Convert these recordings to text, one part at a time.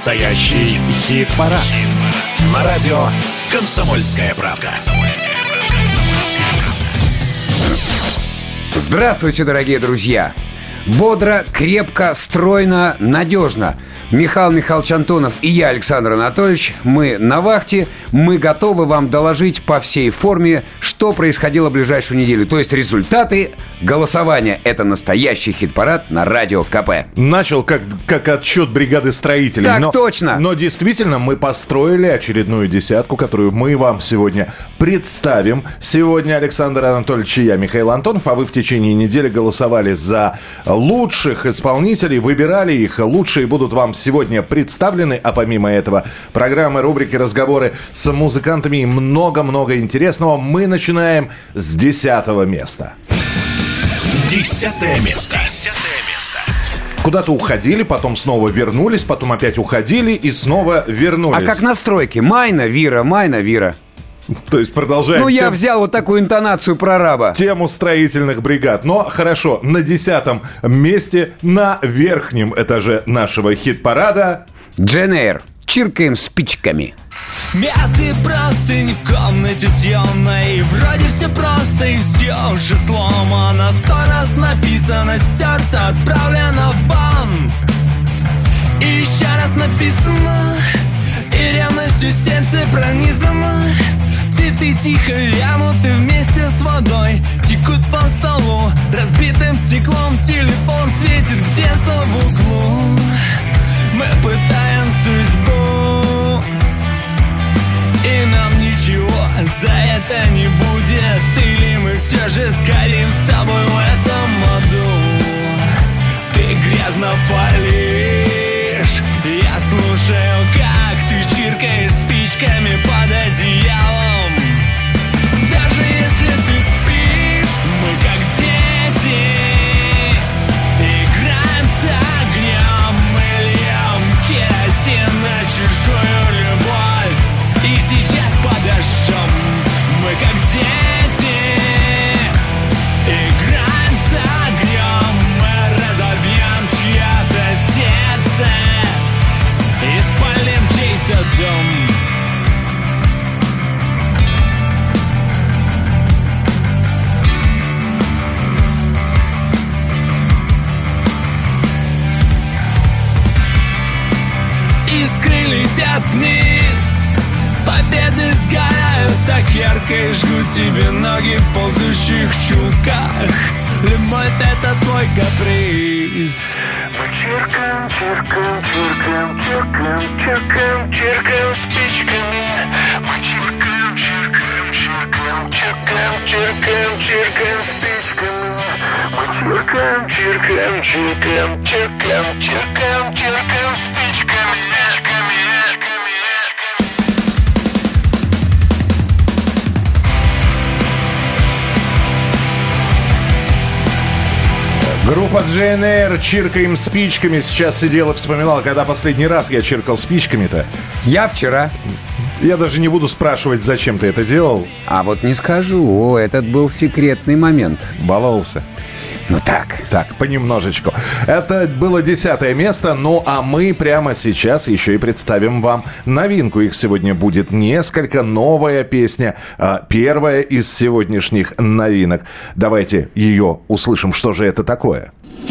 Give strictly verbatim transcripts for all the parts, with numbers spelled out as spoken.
Настоящий хит-парад. Хит-парад. На радио «Комсомольская правда». Здравствуйте, дорогие друзья! Бодро, крепко, стройно, надежно. Михаил Михайлович Антонов и я, Александр Анатольевич, мы на вахте. Мы готовы вам доложить по всей форме, что происходило в ближайшую неделю. То есть результаты голосования. Это настоящий хит-парад на Радио КП. Начал как, как отчет бригады строителей. Так но, точно. Но действительно мы построили очередную десятку, которую мы вам сегодня представим. Сегодня Александр Анатольевич и я, Михаил Антонов. А вы в течение недели голосовали за лучших исполнителей, выбирали их. Лучшие будут вам сегодня представлены. А помимо этого, программы, рубрики, разговоры с музыкантами и много-много интересного. Мы начинаем с десятого места. Десятое место. Десятое место. Куда-то уходили, потом снова вернулись, потом опять уходили и снова вернулись. А как настройки? Майна, Вира, Майна, Вира. То есть продолжаем. Ну, я тем... взял вот такую интонацию прораба. Тему строительных бригад. Но хорошо, на десятом месте, на верхнем этаже нашего хит-парада Джейн Эйр. Чиркаем спичками. Мятые простыни в комнате съемной. Вроде все просто и все уже сломано. Сто раз написано, стерто, отправлено в бан. И еще раз написано, и ревностью сердце пронизано. Цветы тихо вянуты вместе с водой. Текут по столу, разбитым стеклом. Телефон светит где-то в углу. Мы пытаем судьбу, и нам ничего за это не будет. Или мы все же сгорим с тобой в этом аду. Ты грязно палишь, я слушаю, как ты чиркаешь спичками под одеялом. Даже если ты спишь, мы как дети играем с огнем. Мы льем керосин на чужую любовь. И сейчас подожжем. Мы как дети играем с огнем. Мы разобьем чье-то сердце и спалим чей-то дом. Искры летят вниз, победы сгорают так ярко и жгут тебе ноги в ползущих чулках. Любовь — это твой каприз. Мы чиркаем, чиркаем, чиркаем, чиркаем, чиркаем, чиркаем спичками. Мы чиркаем, чиркаем, чиркаем, чиркаем, чиркаем, чиркаем спичками. Мы чиркаем, чиркаем, чиркаем, чиркаем, чиркаем, чиркаем спичками, спичками. Группа Джейн Эйр, чиркаем спичками. Сейчас сидел и вспоминал, когда последний раз я чиркал спичками-то. Я вчера. Я даже не буду спрашивать, зачем ты это делал. А вот не скажу, этот был секретный момент. Баловался. Ну так. Так, понемножечку. Это было десятое место, ну а мы прямо сейчас еще и представим вам новинку. Их сегодня будет несколько. Новая песня, первая из сегодняшних новинок. Давайте ее услышим, что же это такое.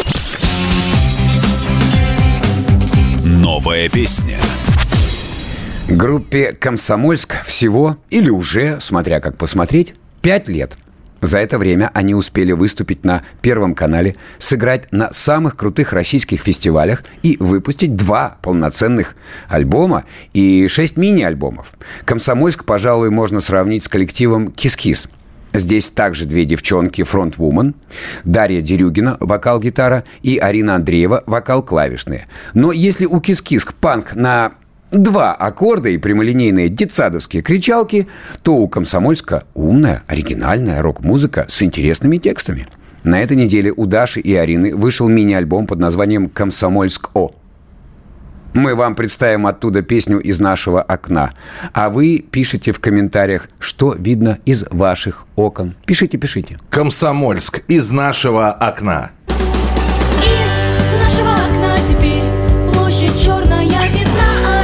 Новая песня. Группе «Комсомольск» всего, или уже, смотря как посмотреть, пять лет. За это время они успели выступить на Первом канале, сыграть на самых крутых российских фестивалях и выпустить два полноценных альбома и шесть мини-альбомов. «Комсомольск», пожалуй, можно сравнить с коллективом «Кис-Кис». Здесь также две девчонки фронтвумен, Дарья Дерюгина, вокал-гитара, и Арина Андреева, вокал-клавишные. Но если у «Кис-Кис» панк на два аккорда и прямолинейные детсадовские кричалки, то у «Комсомольска» умная, оригинальная рок-музыка с интересными текстами. На этой неделе у Даши и Арины вышел мини-альбом под названием «Комсомольск-О». Мы вам представим оттуда песню «Из нашего окна». А вы пишите в комментариях, что видно из ваших окон. Пишите, пишите. «Комсомольск. Из нашего окна». Из нашего окна теперь площадь черная видна.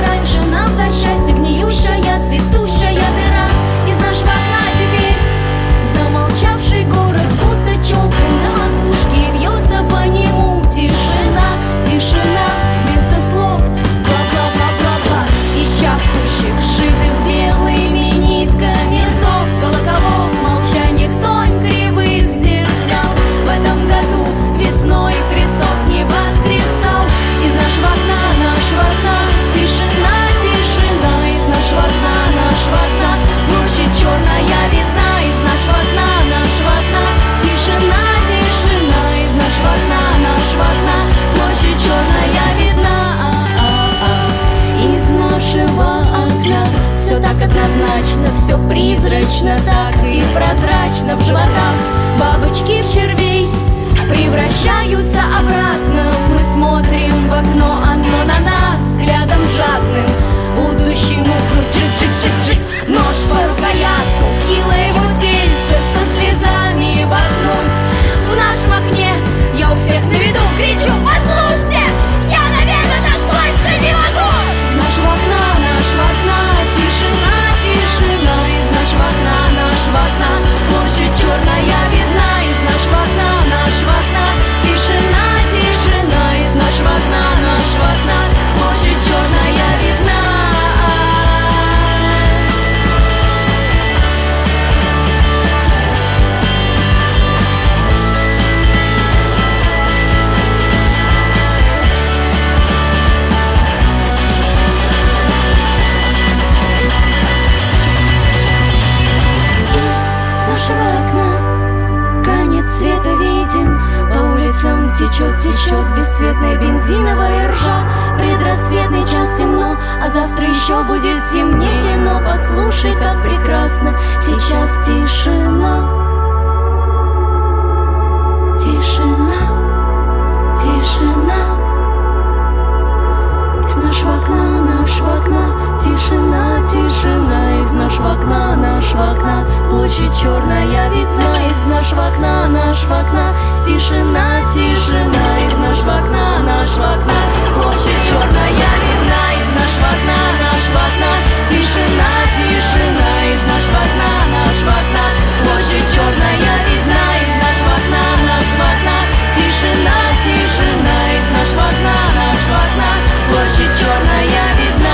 точно так и прозрачно в животах бабочки в червей превращаются обратно. Мы смотрим в окно, оно на нас взглядом жадным. Будущему чик-чик-чик-чик, нож по рукоятку, в хилое его тельце со слезами воткнуть. В нашем окне я у всех на виду кричу: послушайте, я, наверное, так больше не могу. Из нашего окна, нашего окна, тишина, тишина. Из нашего окна, нашего окна, площадь черная видна. Из нашего окна, нашего окна, тишина, тишина. Из нашего окна, нашего окна, площадь черная видна. Течет, течет бесцветная бензиновая ржа. Предрассветный час темно, а завтра еще будет темнее. Но послушай, как прекрасно сейчас тишина. Тишина, тишина. Из нашего окна, нашего окна, тишина, тишина. Из нашего окна, нашего окна, площадь черная видна. Из нашего окна, нашего окна, тишина, тишина. Из нашего окна, нашего окна, площадь черная видна. Из нашего окна, нашего окна, тишина, тишина. Из нашего окна, нашего окна, площадь черная видна. Из нашего окна, нашего окна, тишина, тишина. Из нашего окна, нашего окна, площадь черная видна.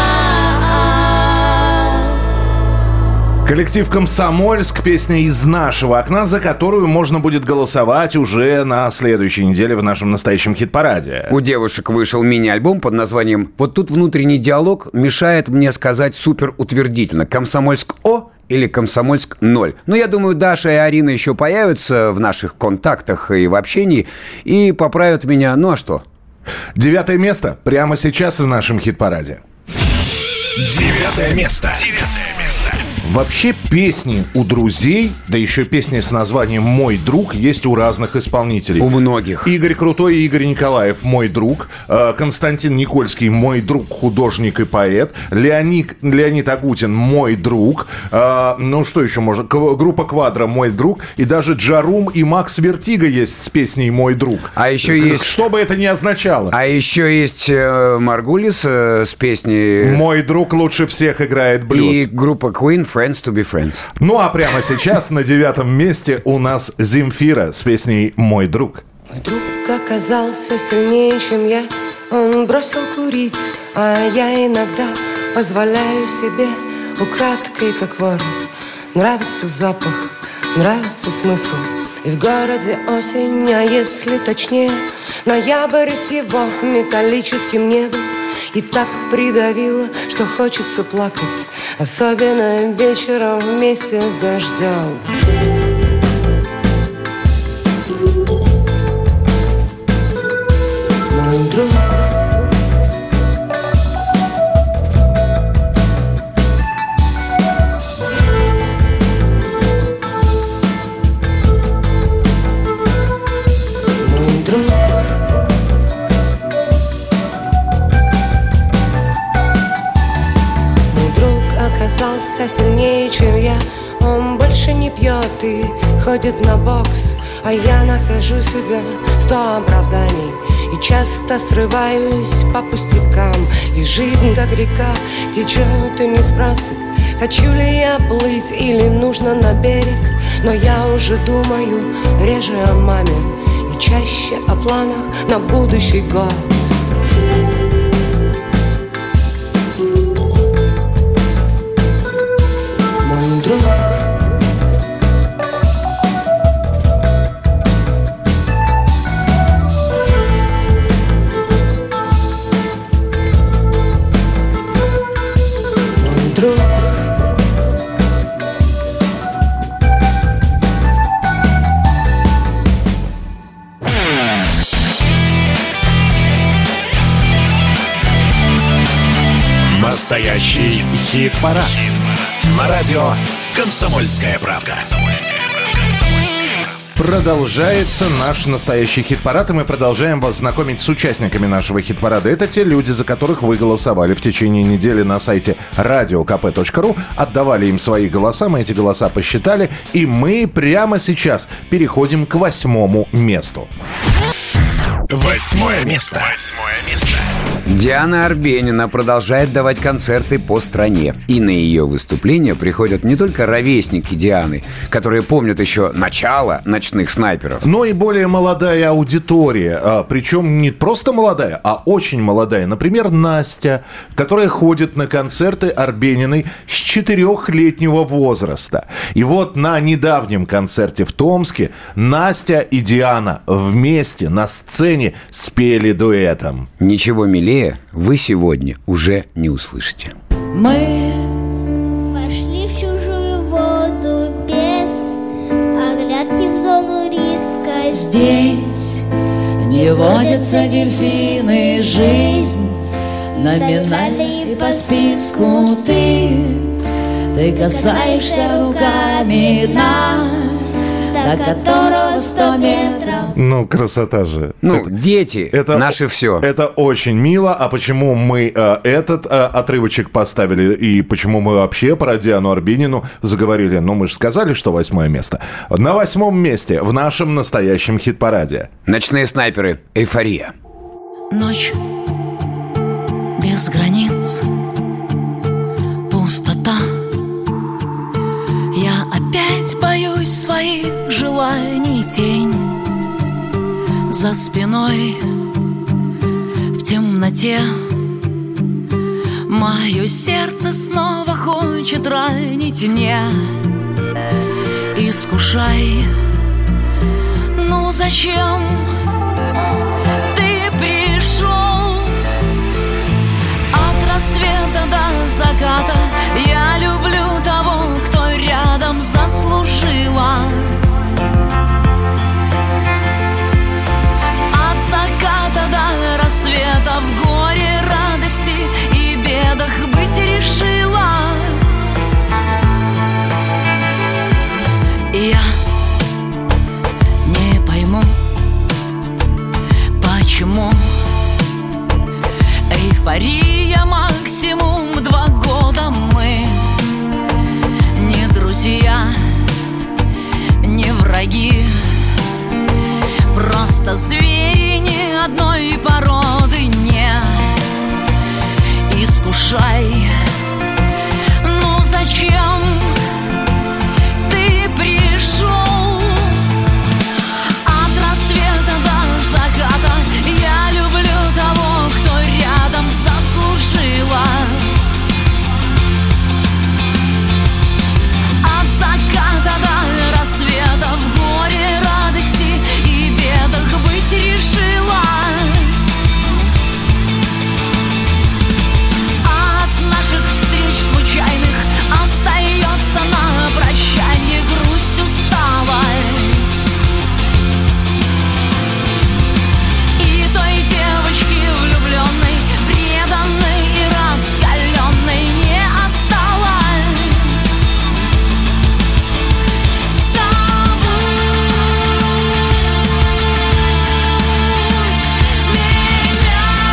Коллектив «Комсомольск», песня «Из нашего окна», за которую можно будет голосовать уже на следующей неделе в нашем настоящем хит-параде. У девушек вышел мини-альбом под названием «Вот тут внутренний диалог мешает мне сказать супер утвердительно. Комсомольск О или Комсомольск ноль». Но я думаю, Даша и Арина еще появятся в наших контактах и в общении и поправят меня. Ну а что? Девятое место прямо сейчас в нашем хит-параде. Девятое место. Девятое место. Вообще песни у друзей, да еще песни с названием «Мой друг» есть у разных исполнителей. У многих. Игорь Крутой и Игорь Николаев «Мой друг». Константин Никольский «Мой друг, художник и поэт». Леонид, Леонид Агутин «Мой друг». Ну что еще можно? Группа «Квадро» «Мой друг». И даже Джарум и Макс Вертиго есть с песней «Мой друг». А еще есть... Что бы это ни означало. А еще есть Маргулис с песней... «Мой друг лучше всех играет блюз». И группа Queen «Friends to be friends». Ну а прямо сейчас на девятом месте у нас Земфира с песней «Мой друг». Мой друг оказался сильнее, чем я. Он бросил курить, а я иногда позволяю себе украдкой, как вор. Нравится запах, нравится смысл. И в городе осень, а если точнее, ноябрь с его металлическим небом. И так придавило, что хочется плакать, особенно вечером вместе с дождем. Мой друг. Мой друг. Оказался сильнее, чем я. Он больше не пьет и ходит на бокс, а я нахожу себя сто оправданий и часто срываюсь по пустякам. И жизнь, как река, течет и не спросит, хочу ли я плыть или нужно на берег. Но я уже думаю реже о маме и чаще о планах на будущий год. Друг. Мой друг. Настоящий хит-парад. Хит-парад. На радио «Комсомольская правда». Продолжается наш настоящий хит-парад, и мы продолжаем вас знакомить с участниками нашего хит-парада. Это те люди, за которых вы голосовали в течение недели на сайте радио ка пэ точка ру, отдавали им свои голоса, мы эти голоса посчитали, и мы прямо сейчас переходим к восьмому месту. Восьмое место. Восьмое место. Диана Арбенина продолжает давать концерты по стране. И на ее выступления приходят не только ровесники Дианы, которые помнят еще начало «Ночных снайперов», но и более молодая аудитория. А, причем не просто молодая, а очень молодая. Например, Настя, которая ходит на концерты Арбениной с четырехлетнего возраста. И вот на недавнем концерте в Томске Настя и Диана вместе на сцене спели дуэтом. Ничего милее вы сегодня уже не услышите. Мы вошли в чужую воду без оглядки в зону риска. здесь не водятся дельфины, жизнь номинальный по списку. Ты, ты касаешься руками дна, до которого сто метров. Ну, красота же. Ну, это, дети, это, наше все. Это очень мило. А почему мы э, этот э, отрывочек поставили и почему мы вообще про Диану Арбенину заговорили? Ну, мы же сказали, что восьмое место. На восьмом месте в нашем настоящем хит-параде. «Ночные снайперы. Эйфория». Ночь без границ, пустота. Я опять боюсь своих желаний, тень за спиной в темноте. Мое сердце снова хочет ранить, не искушай. Ну зачем ты пришел? От рассвета до заката я люблю того, кто рядом, заслужила. От заката до рассвета в горе, радости и бедах быть решила. Я не пойму, почему эйфория максимум два года. Мы не друзья, не враги, просто звери ни одной породы. Не искушай. Ну зачем ты пришел? От рассвета до заката я люблю того, кто рядом, заслужила. От заката до рассвета в горе, радости и бедах быть решила. От наших встреч случайных остается на прощанье грусть, усталость. И той девочки влюбленной, преданной и раскаленной не осталось. Забудь меня.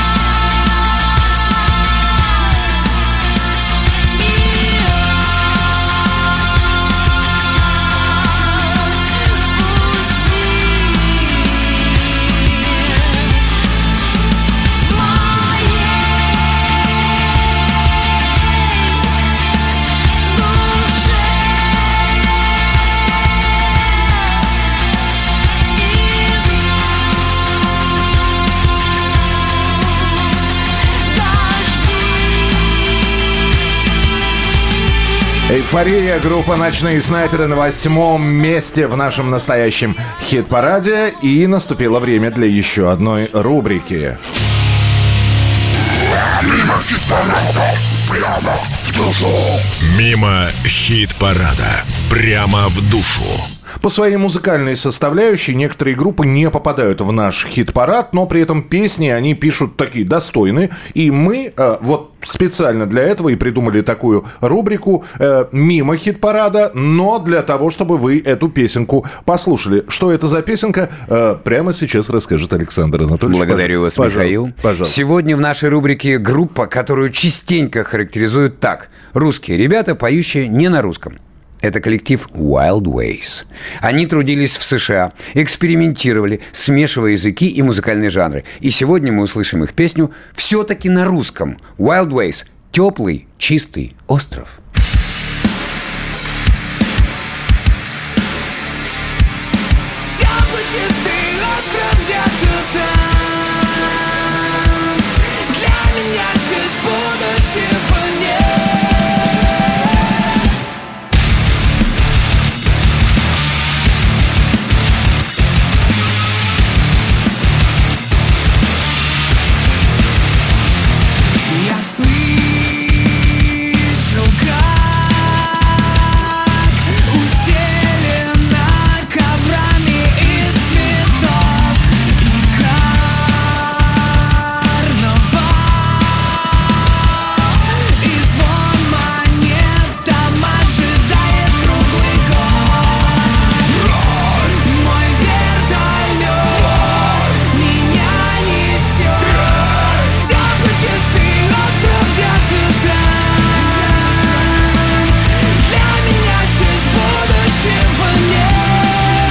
Эйфория, группа «Ночные снайперы» на восьмом месте в нашем настоящем хит-параде. И наступило время для еще одной рубрики. Мимо хит-парада, прямо в душу. Мимо хит-парада, прямо в душу. По своей музыкальной составляющей некоторые группы не попадают в наш хит-парад, но при этом песни они пишут такие достойные. И мы, э, вот специально для этого и придумали такую рубрику э, «Мимо хит-парада», но для того, чтобы вы эту песенку послушали. Что это за песенка, э, прямо сейчас расскажет Александр Анатольевич. Благодарю вас, пожалуйста, Михаил. Пожалуйста. Сегодня в нашей рубрике группа, которую частенько характеризуют так. Русские ребята, поющие не на русском. Это коллектив Wild Ways. Они трудились в США, экспериментировали, смешивая языки и музыкальные жанры. И сегодня мы услышим их песню все-таки на русском. Wild Ways. Теплый, чистый остров. Теплый, чистый остров где-то там. Для меня здесь будущего нет. Я слышу, как устелена коврами из цветов и карнавал, и звон монет там ожидает круглый год. Мой вертолет меня несет. Теплый, чистый остров где-то там. Для меня здесь будущего нет.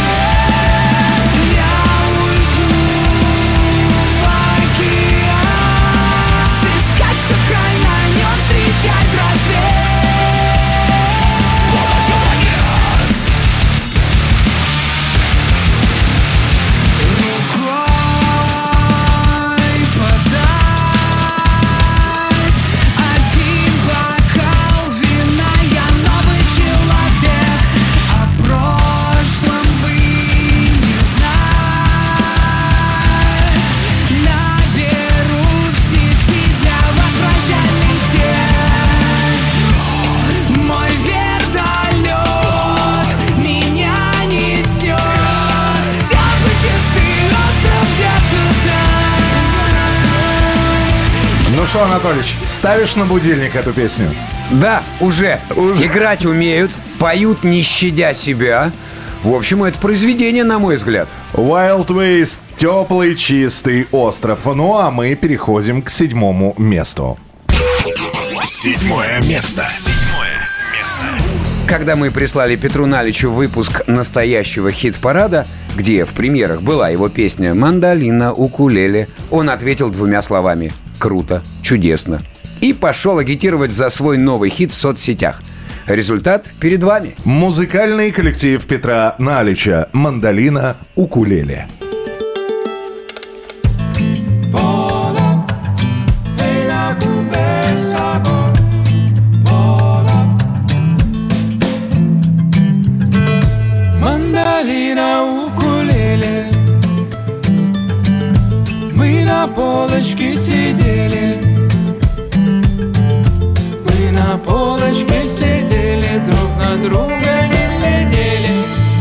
Я уйду в океан, сыскать тот край, на нем встречать рассвет. Будущего нет. Рукой подать один бокал вина. Я новый человек, о прошлом бы не знать. Наберу в сети для вас прощальный текст. Мой вертолет меня несет. Теплый, чистый остров где-то там. Ну что, Анатольевич, ставишь на будильник эту песню? Да, уже. Играть умеют, поют не щадя себя. В общем, это произведение, на мой взгляд. Wild Ways, теплый, чистый остров. Ну а мы переходим к седьмому месту. Седьмое место. Седьмое место. Когда мы прислали Петру Наличу выпуск настоящего хит-парада, где в премьерах была его песня «Мандолина, укулеле», он ответил двумя словами: «Круто, чудесно». И пошел агитировать за свой новый хит в соцсетях. Результат перед вами. Музыкальный коллектив Петра Налича «Мандолина, укулеле». Мандолина, укулеле. Мы на полочке сидели. Мы на полочке сидели, друг на друга не глядели.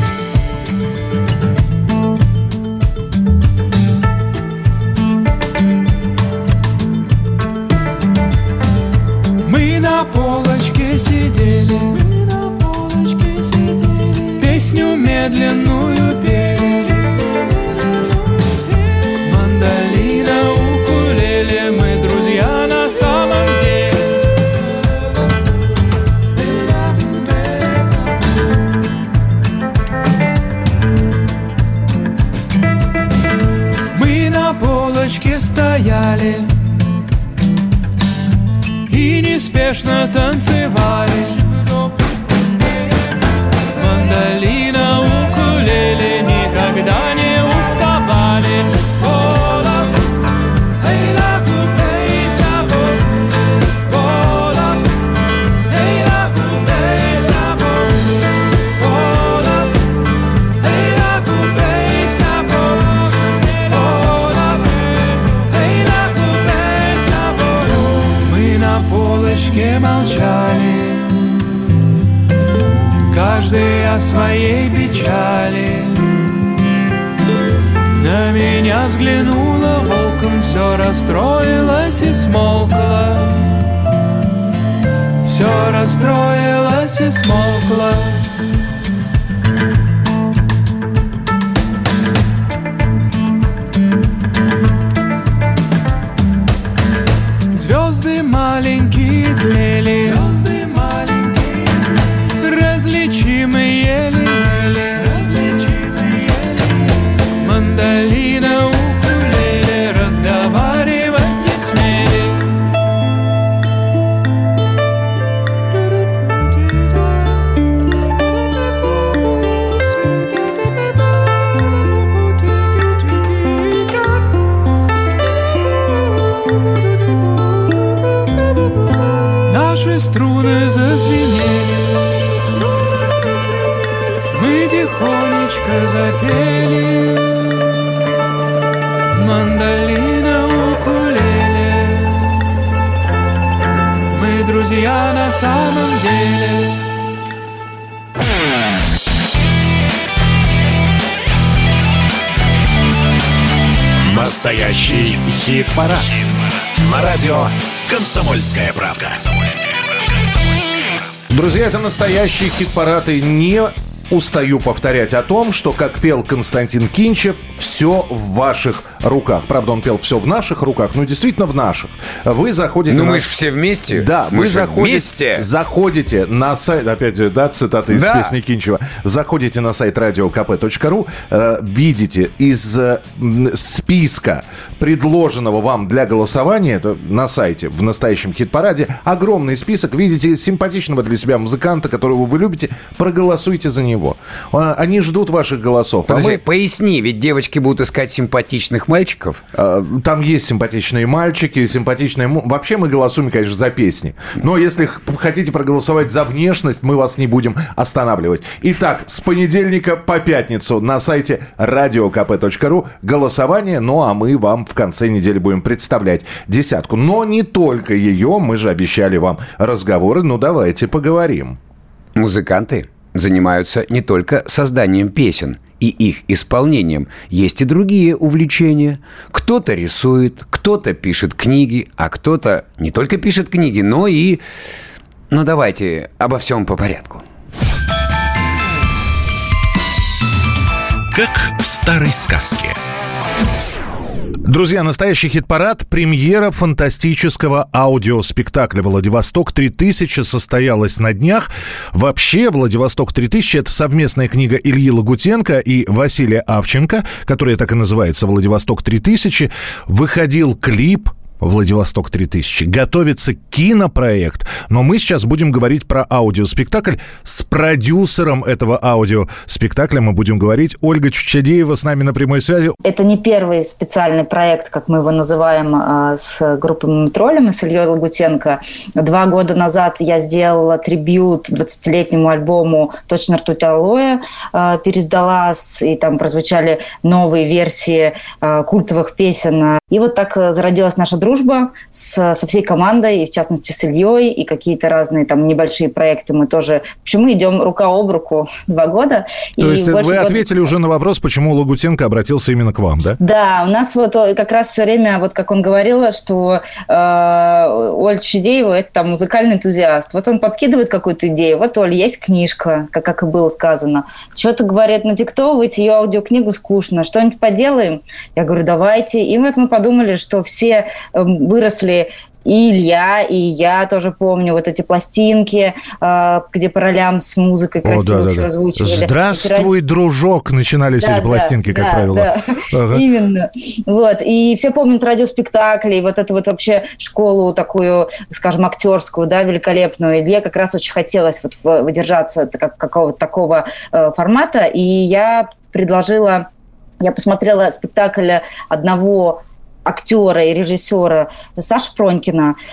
Мы на полочке сидели. Мы на полочке сидели. Песню медленную пели. Мандолина, укулеле, мы друзья на самом деле. Мы на полочке стояли и неспешно танцевали. Мандолина, укулеле никогда не уставали. Ола, эй, ла, купей, сабо. Ола, эй, ла, купей, сабо. Ола, эй, ла, купей, сабо. Ола, эй, ла, купей, сабо. Мы на полочке молчали, каждый о своей печали. На меня взглянула волком, все расстроилось и смолкло. Все расстроилось и смолкло. Звезды маленькие тлели, звезды маленькие тлели, различимые еле-еле, различимые еле-еле. Мандолина, укулеле, разговаривать не смели. Наши струны зазвенели, мы тихонечко запели. Мандолина, укулеле, мы друзья на самом деле. Настоящий хит-парад. Хит-парад. На радио «Комсомольская правда». Друзья, это настоящий хит-парад, и не устаю повторять о том, что, как пел Константин Кинчев, все в ваших руках. Правда, он пел все в наших руках, но действительно в наших. Вы заходите... Ну, на... мы же все вместе. Да, мы вы же заходите, вместе. заходите на сайт... Опять же, да, цитата из да. песни Кинчева. Заходите на сайт радио ка пэ точка ру, э, видите из э, списка, предложенного вам для голосования, это на сайте в настоящем хит-параде, огромный список. Видите симпатичного для себя музыканта, которого вы любите, проголосуйте за него. Они ждут ваших голосов. Подожди, а мы... поясни, ведь девочки будут искать симпатичных мальчиков. Там есть симпатичные мальчики, симпатичные... Вообще мы голосуем, конечно, за песни. Но если хотите проголосовать за внешность, мы вас не будем останавливать. Итак, с понедельника по пятницу на сайте радио ка пэ точка ру голосование. Ну, а мы вам в конце недели будем представлять десятку. Но не только ее, мы же обещали вам разговоры. Ну, давайте поговорим. Музыканты занимаются не только созданием песен и их исполнением. Есть и другие увлечения. Кто-то рисует, кто-то пишет книги, а кто-то не только пишет книги, но и... Ну, давайте обо всем по порядку. Как в старой сказке. Друзья, настоящий хит-парад. Премьера фантастического аудиоспектакля «Владивосток-три тысячи» состоялась на днях. Вообще, «Владивосток-три тысячи» — это совместная книга Ильи Лагутенко и Василия Авченко, которая так и называется «Владивосток-три тысячи». Выходил клип «Владивосток-три тысячи». Готовится кинопроект. Но мы сейчас будем говорить про аудиоспектакль. С продюсером этого аудиоспектакля мы будем говорить. Ольга Чучадеева с нами на прямой связи. Это не первый специальный проект, как мы его называем, с группой «Мумитролем» и с Ильей Лагутенко. Два года назад я сделала трибьют двадцатилетнему альбому «Точно ртуть алоэ», пересдала, и там прозвучали новые версии культовых песен. И вот так зародилась наша дружба с, со всей командой, и в частности с Ильей, и какие-то разные там небольшие проекты мы тоже... В общем, мы идем рука об руку два года. То и есть вы года... ответили уже на вопрос, почему Лагутенко обратился именно к вам, да? Да, у нас вот как раз все время, вот как он говорил, что э, Оль Чудеева – это там музыкальный энтузиаст. Вот он подкидывает какую-то идею. Вот, Оль, есть книжка, как, как и было сказано. Что-то, говорит, надиктовывать ее аудиокнигу скучно. Что-нибудь поделаем? Я говорю, давайте. И вот мы подумали, что все выросли, и Илья, и я тоже помню вот эти пластинки, где по ролям с музыкой красиво О, да, все да, озвучивали. «Здравствуй, Пират... дружок» начинались да, эти пластинки, да, как да, правило. Да. Ага. Именно. Вот. И все помнят радиоспектакли, и вот эту вот вообще школу такую, скажем, актерскую, да, великолепную. Илье как раз очень хотелось вот выдержаться как, какого-то такого э, формата, и я предложила, я посмотрела спектакль одного актера и режиссера Саши Пронькина.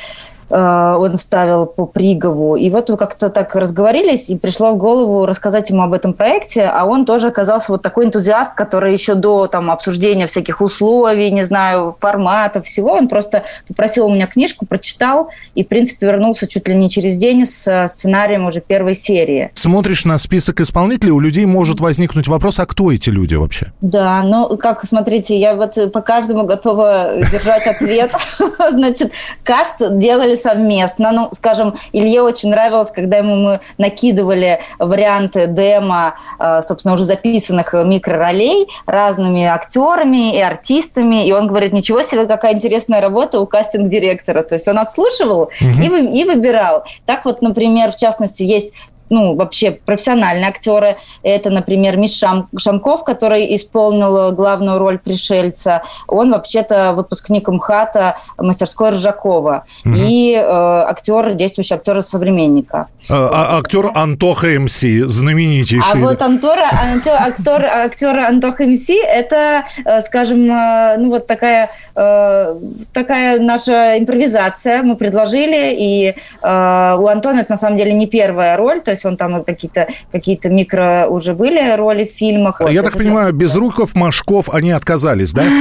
он ставил по Пригову. И вот мы как-то так разговорились, и пришло в голову рассказать ему об этом проекте, а он тоже оказался вот такой энтузиаст, который еще до там, обсуждения всяких условий, не знаю, форматов, всего, он просто попросил у меня книжку, прочитал, и, в принципе, вернулся чуть ли не через день с сценарием уже первой серии. Смотришь на список исполнителей, у людей может возникнуть вопрос, а кто эти люди вообще? Да, ну, как, смотрите, я вот по каждому готова держать ответ. Значит, каст делали совместно. Ну, скажем, Илье очень нравилось, когда ему мы накидывали варианты демо, собственно, уже записанных микроролей разными актерами и артистами, и он говорит, ничего себе, какая интересная работа у кастинг-директора. То есть он отслушивал uh-huh. и, вы, и выбирал. Так вот, например, в частности, есть ну, вообще профессиональные актеры. Это, например, Миш Шам, Шамков, который исполнил главную роль пришельца. Он вообще-то выпускник МХАТа мастерской Ржакова. Угу. И э, актер, действующий актер «Современника. А, а, актер Антоха МС, знаменитейший. А вот Антора, актер, актер Антоха МС, это, скажем, ну, вот такая, такая наша импровизация. Мы предложили, и э, у Антона это, на самом деле, не первая роль, то есть он там какие-то, какие-то микро уже были роли в фильмах. Я вот, так понимаю, Безруков, Машков, они отказались, да?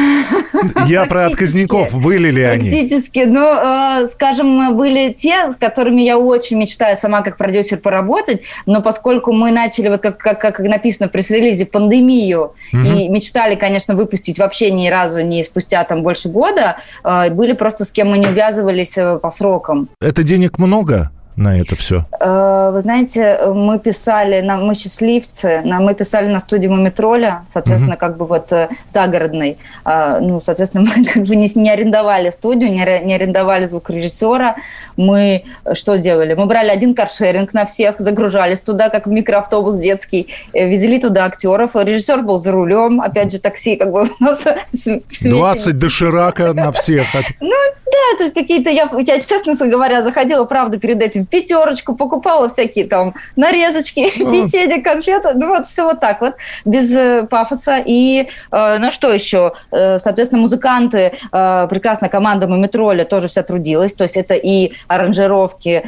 Я про отказников. Были ли они? Практически. Ну, скажем, были те, с которыми я очень мечтаю сама как продюсер поработать, но поскольку мы начали, вот как, как, как написано в пресс-релизе, в пандемию, и мечтали, конечно, выпустить вообще ни разу не спустя там больше года, были просто с кем мы не увязывались по срокам. Это денег много на это все? Вы знаете, мы писали, мы счастливцы, мы писали на студии Мумитроля, соответственно, угу. как бы вот загородной. Ну, соответственно, мы как бы не, не арендовали студию, не, не арендовали звукорежиссера. Мы что делали? Мы брали один каршеринг на всех, загружались туда, как в микроавтобус детский, везли туда актеров. Режиссер был за рулем, опять же, такси как бы у нас... двадцать доширака на всех. Ну, да, то есть какие-то... Я, я, честно говоря, заходила, правда, перед этим пятерочку, покупала всякие там нарезочки, печенье, конфеты, ну вот все вот так вот, без э, пафоса. И, э, ну что еще? Э, соответственно, музыканты, э, прекрасная команда Мумитроля тоже вся трудилась, то есть это и аранжировки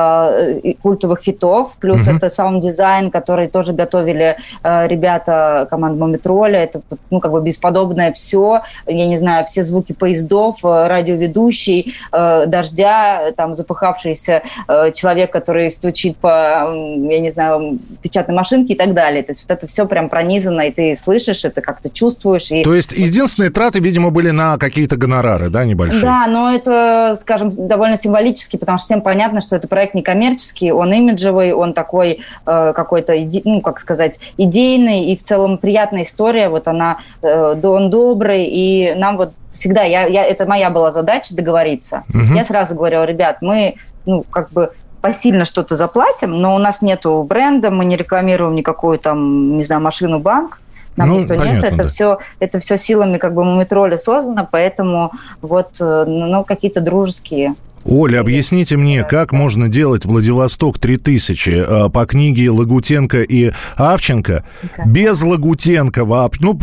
э, и культовых хитов, плюс mm-hmm. это саунд-дизайн, который тоже готовили э, ребята команды Мумитроля, это ну как бы бесподобное все, я не знаю, все звуки поездов, э, радиоведущий, э, дождя, там запыхавшийся э, человек, который стучит по, я не знаю, печатной машинке и так далее. То есть вот это все прям пронизано, и ты слышишь это, как-то чувствуешь. И... То есть единственные траты, видимо, были на какие-то гонорары, да, небольшие? Да, но это, скажем, довольно символически, потому что всем понятно, что это проект некоммерческий, он имиджевый, он такой э, какой-то, иде... ну, как сказать, идейный, и в целом приятная история, вот она, э, он добрый, и нам вот всегда, я, я, это моя была задача договориться. Угу. Я сразу говорила, ребят, мы, ну, как бы посильно что-то заплатим, но у нас нету бренда, мы не рекламируем никакую там, не знаю, машину-банк, нам ну, никто понятно, нет, это, да. все, это все силами как бы Мумитроля создано, поэтому вот, ну, какие-то дружеские. Оля, объясните мне, как можно делать Владивосток три тысячи по книге Лагутенко и Авченко без Лагутенко вообще? Ну,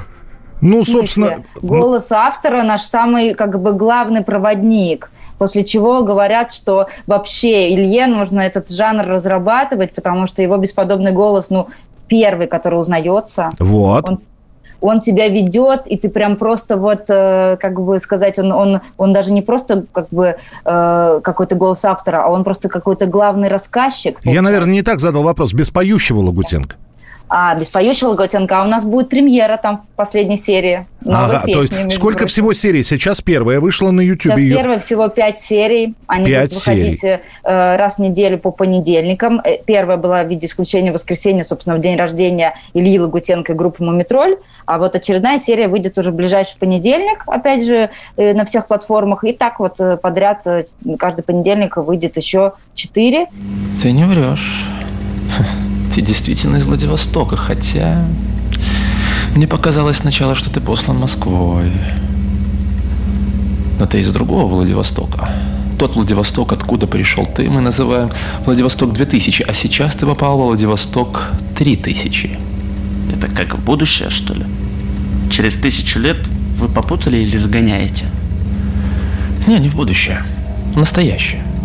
ну, собственно... Голос автора наш самый, как бы, главный проводник. После чего говорят, что вообще Илье нужно этот жанр разрабатывать, потому что его бесподобный голос, ну, первый, который узнается. Вот. Он, он тебя ведет, и ты прям просто вот, э, как бы сказать, он, он, он даже не просто как бы э, какой-то голос автора, а он просто какой-то главный рассказчик. Я, получается. Наверное, не так задал вопрос. Без поющего Лагутенко? А, без поющего Лагутенко. А у нас будет премьера там в последней серии. Ага, песни, то есть сколько прочим. Всего серий? Сейчас первая вышла на YouTube. Сейчас первая всего пять серий. Они пять будут выходить серий. раз в неделю по понедельникам. Первая была в виде исключения воскресенья, собственно, в день рождения Ильи Лагутенко и группы «Мумитроль». А вот очередная серия выйдет уже в ближайший понедельник, опять же, на всех платформах. И так вот подряд каждый понедельник выйдет еще четыре. Ты не врешь. Ты действительно из Владивостока, хотя мне показалось сначала, что ты послан Москвой. Но ты из другого Владивостока. Тот Владивосток, откуда пришел ты, мы называем Владивосток две тысячи, а сейчас ты попал во Владивосток три тысячи. Это как в будущее, что ли? Через тысячу лет вы попутали или загоняете? Не, не в будущее. В настоящее.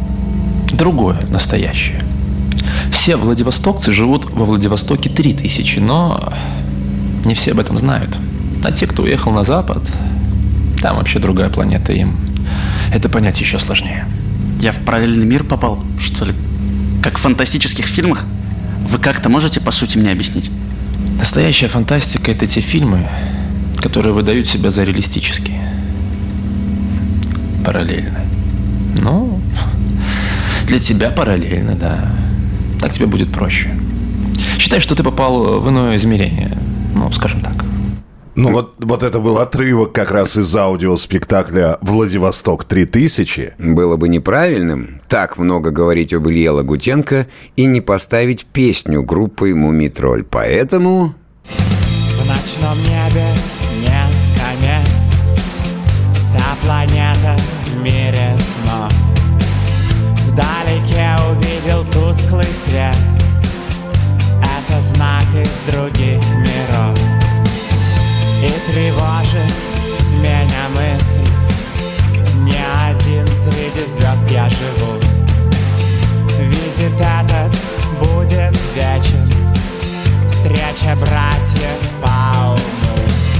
другое настоящее. Все владивостокцы живут во Владивостоке три тысячи, но не все об этом знают. А те, кто уехал на Запад, там вообще другая планета, им это понять еще сложнее. Я в параллельный мир попал, что ли? Как в фантастических фильмах? Вы как-то можете, по сути, мне объяснить? Настоящая фантастика – это те фильмы, которые выдают себя за реалистические. Параллельно. Ну, для тебя параллельно, да. Так тебе будет проще. Считай, что ты попал в иное измерение. Ну, скажем так. Ну, вот, вот это был отрывок как раз из аудиоспектакля «Владивосток три тысячи». Было бы неправильным так много говорить об Илье Лагутенко и не поставить песню группы «Мумий-тролль». Поэтому... В ночном небе нет комет, вся планета в мире снов. Вдалеке увидел тусклый свет, это знак из других миров. И тревожит меня мысль, не один среди звезд я живу. Визит этот будет вечен, встреча братьев по уму.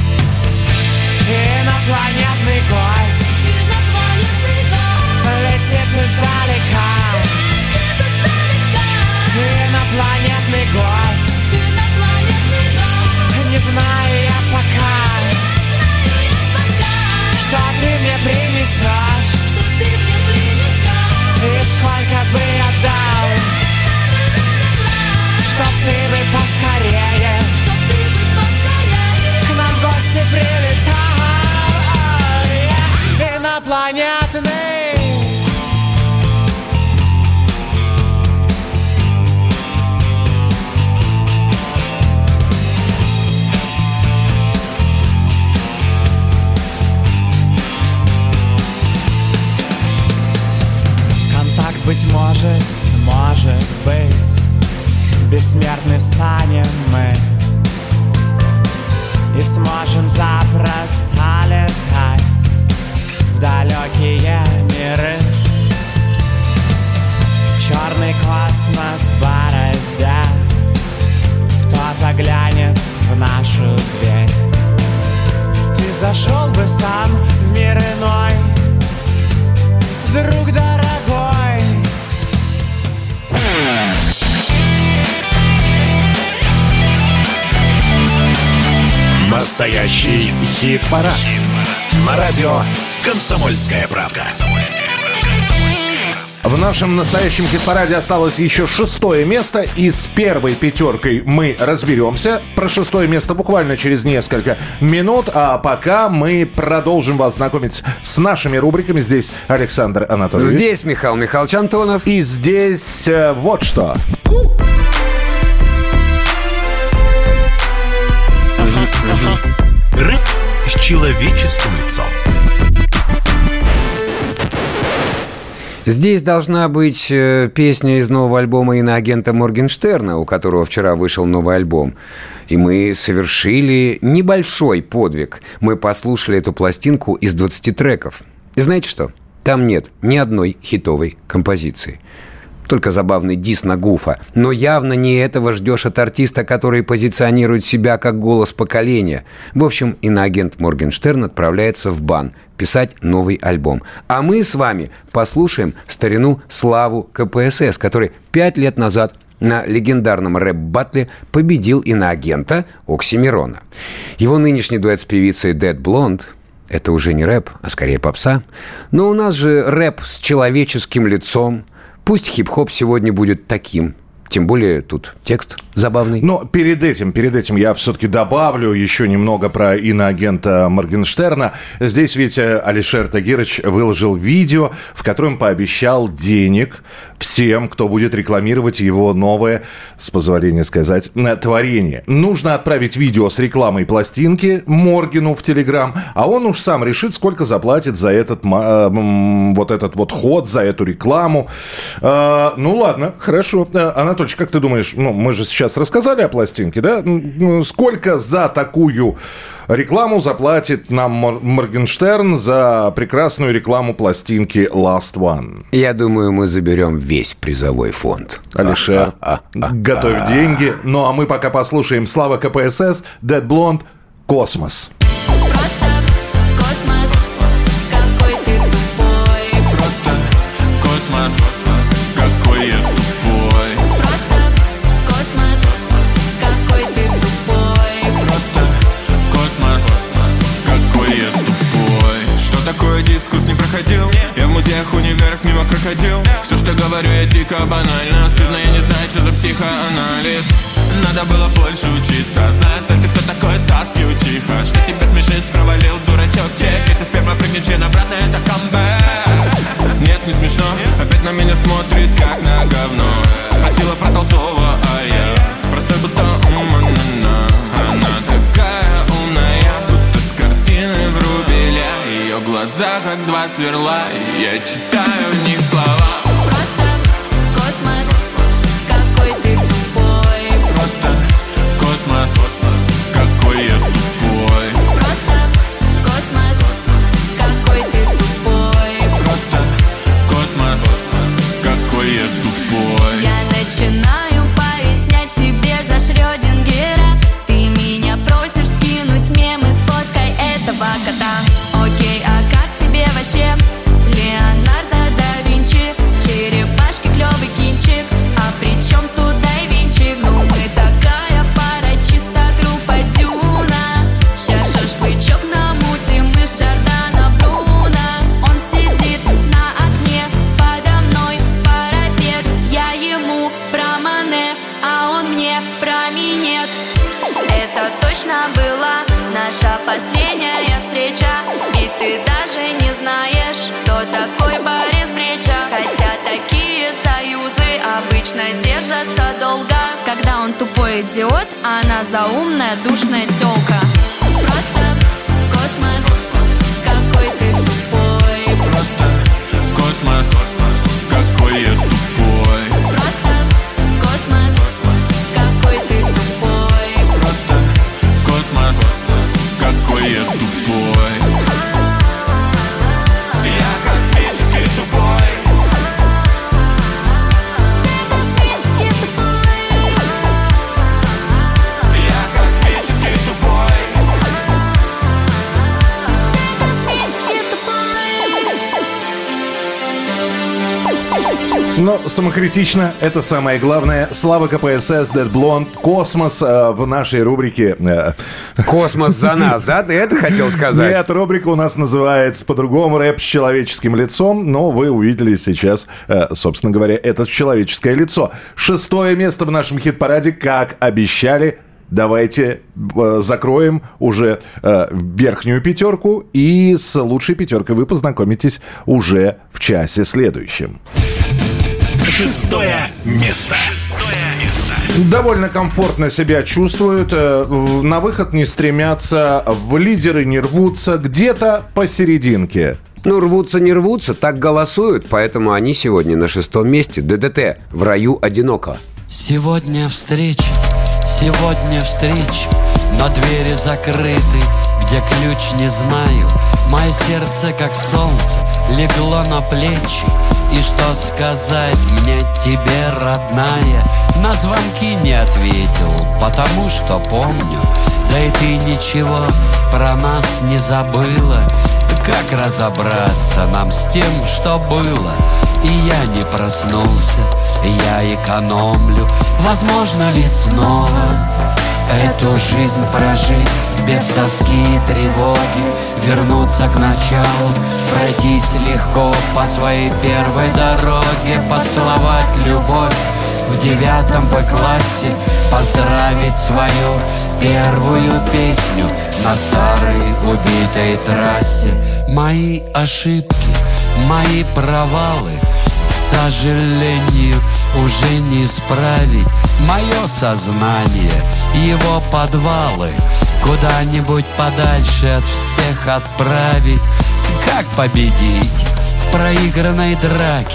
Инопланетный гость, Инопланетный гость летит издалека, летит издалека. Инопланетный гость, Инопланетный гость не знаю я пока, не знаю я пока, что ты мне принесешь, что ты мне принесешь, и сколько бы я дал, чтоб ты бы поскорее, чтоб ты бы поскорее к нам в гости прилетал, yeah. Инопланетный. Контакт, быть может, может быть, бессмертны станем мы и сможем запросто летать в далекие миры. Черный космос бороздя, кто заглянет в нашу дверь? Ты зашел бы сам в мир иной, друг дорогой. Настоящий хит-парад. Хит-парад. На радио «Комсомольская правда». В нашем настоящем хит-параде осталось еще шестое место, и с первой пятеркой мы разберемся. Про шестое место буквально через несколько минут, а пока мы продолжим вас знакомить с нашими рубриками. Здесь Александр Анатольевич. Здесь Михаил Михайлович Антонов. И здесь э, вот что. Рэп с человеческим лицом. Здесь должна быть э, песня из нового альбома иноагента Моргенштерна, у которого вчера вышел новый альбом. И мы совершили небольшой подвиг. Мы послушали эту пластинку из двадцати треков. И знаете что? Там нет ни одной хитовой композиции. Только забавный дис на Гуфа. Но явно не этого ждешь от артиста, который позиционирует себя как голос поколения. В общем, иноагент Моргенштерн отправляется в бан писать новый альбом. А мы с вами послушаем старину Славу КПСС, который пять лет назад на легендарном рэп-баттле победил иноагента Оксимирона. Его нынешний дуэт с певицей Dead Blonde – это уже не рэп, а скорее попса. Но у нас же рэп с человеческим лицом. Пусть хип-хоп сегодня будет таким. Тем более тут текст забавный. Но перед этим, перед этим я все-таки добавлю еще немного про иноагента Моргенштерна. Здесь ведь Алишер Тагирович выложил видео, в котором пообещал денег всем, кто будет рекламировать его новое, с позволения сказать, творение. Нужно отправить видео с рекламой пластинки Моргену в Телеграм, а он уж сам решит, сколько заплатит за этот вот этот вот ход, за эту рекламу. Ну ладно, хорошо. Анатолий, как ты думаешь, ну, мы же сейчас рассказали о пластинке, да? Сколько за такую рекламу заплатит нам Моргенштерн за прекрасную рекламу пластинки Last One. Я думаю, мы заберем весь призовой фонд. Алишер, а, а, а, готовь а, деньги. Ну, а мы пока послушаем Слава КПСС, Dead Blonde, «Космос». Дискурс не проходил, я в музеях, универах мимо крокодил. Все, что говорю, я дико банально. Стыдно, я не знаю, что за психоанализ. Надо было больше учиться, знает только кто такой Саски Учиха. Что тебя смешит, провалил дурачок чек. Если сперма прыгнет член обратно, это камбэк. Нет, не смешно, опять на меня смотрит как на говно. Спросила про Толстого, а я простой будто уманана. Она такая умная, будто с картины врубеля. Ее глаза как два сверла, и я читаю в них слова. Просто космос, какой ты тупой. Просто космос, какой я тупой. Просто космос, какой ты тупой. Просто космос, какой я тупой. Я начинаю пояснять тебе за Шрёдингера. Ты меня просишь скинуть мемы с фоткой этого кота. Окей, а как тебе вообще Леонардо да Винчи? Черепашки, клёвый кинчик. А при чем тут дай винчик? Ну мы такая пара, чисто группа Дюна. Ща шашлычок намутим мы с Жордана Бруно. Он сидит на окне, подо мной парапет. Я ему про Мане, а он мне про минет. Это точно была наша последняя встреча. И ты даже не знаешь, кто такой Борис Бреча. Хотя такие союзы обычно держатся долго. Когда он тупой идиот, а она заумная душная тёлка. Просто космос, какой ты тупой. Просто космос, какой я тупой. Просто космос, какой ты тупой. Просто космос, какой я тупой. Я космически тупой. Космически тупой. Я космически тупой. Космически тупой. Но самокритично, это самое главное. Слава КПСС, Dead Blonde, «Космос» э, в нашей рубрике. Э, Космос за нас, да? Ты это хотел сказать? Нет, рубрика у нас называется по-другому «Рэп с человеческим лицом», но вы увидели сейчас, э, собственно говоря, это человеческое лицо. Шестое место в нашем хит-параде, как обещали. Давайте э, закроем уже э, верхнюю пятерку, и с лучшей пятеркой вы познакомитесь уже в часе следующем. Шестое место. Шестое место. Довольно комфортно себя чувствуют, э, в- на выход не стремятся, в лидеры не рвутся, где-то посерединке. Ну, рвутся, не рвутся, так голосуют, поэтому они сегодня на шестом месте. ДДТ «В раю одиноко». Сегодня встреча, сегодня встреча, но двери закрыты, где ключ не знаю. Мое сердце, как солнце, легло на плечи. И что сказать мне тебе, родная? На звонки не ответил, потому что помню. Да и ты ничего про нас не забыла. Как разобраться нам с тем, что было? И я не проснулся, я экономлю. Возможно ли снова эту жизнь прожить без тоски и тревоги, вернуться к началу, пройтись легко по своей первой дороге, поцеловать любовь в девятом Б-классе, поздравить свою первую песню на старой убитой трассе. Мои ошибки, мои провалы, к сожалению, уже не исправить. Мое сознание, его подвалы куда-нибудь подальше от всех отправить. Как победить в проигранной драке?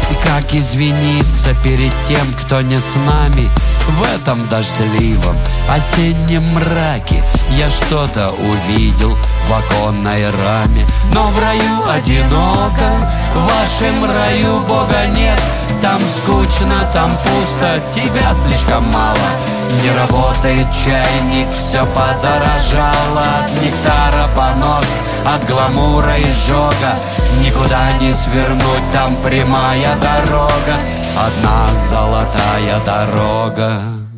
И как извиниться перед тем, кто не с нами? В этом дождливом осеннем мраке я что-то увидел в оконной раме. Но в раю одиноко, в вашем раю Бога нет. Там скучно, там пусто, тебя слишком мало. Не работает чайник, все подорожало. От нектара понос, от гламура изжога. Никуда не свернуть, там прямая дорога. Одна золотая дорога.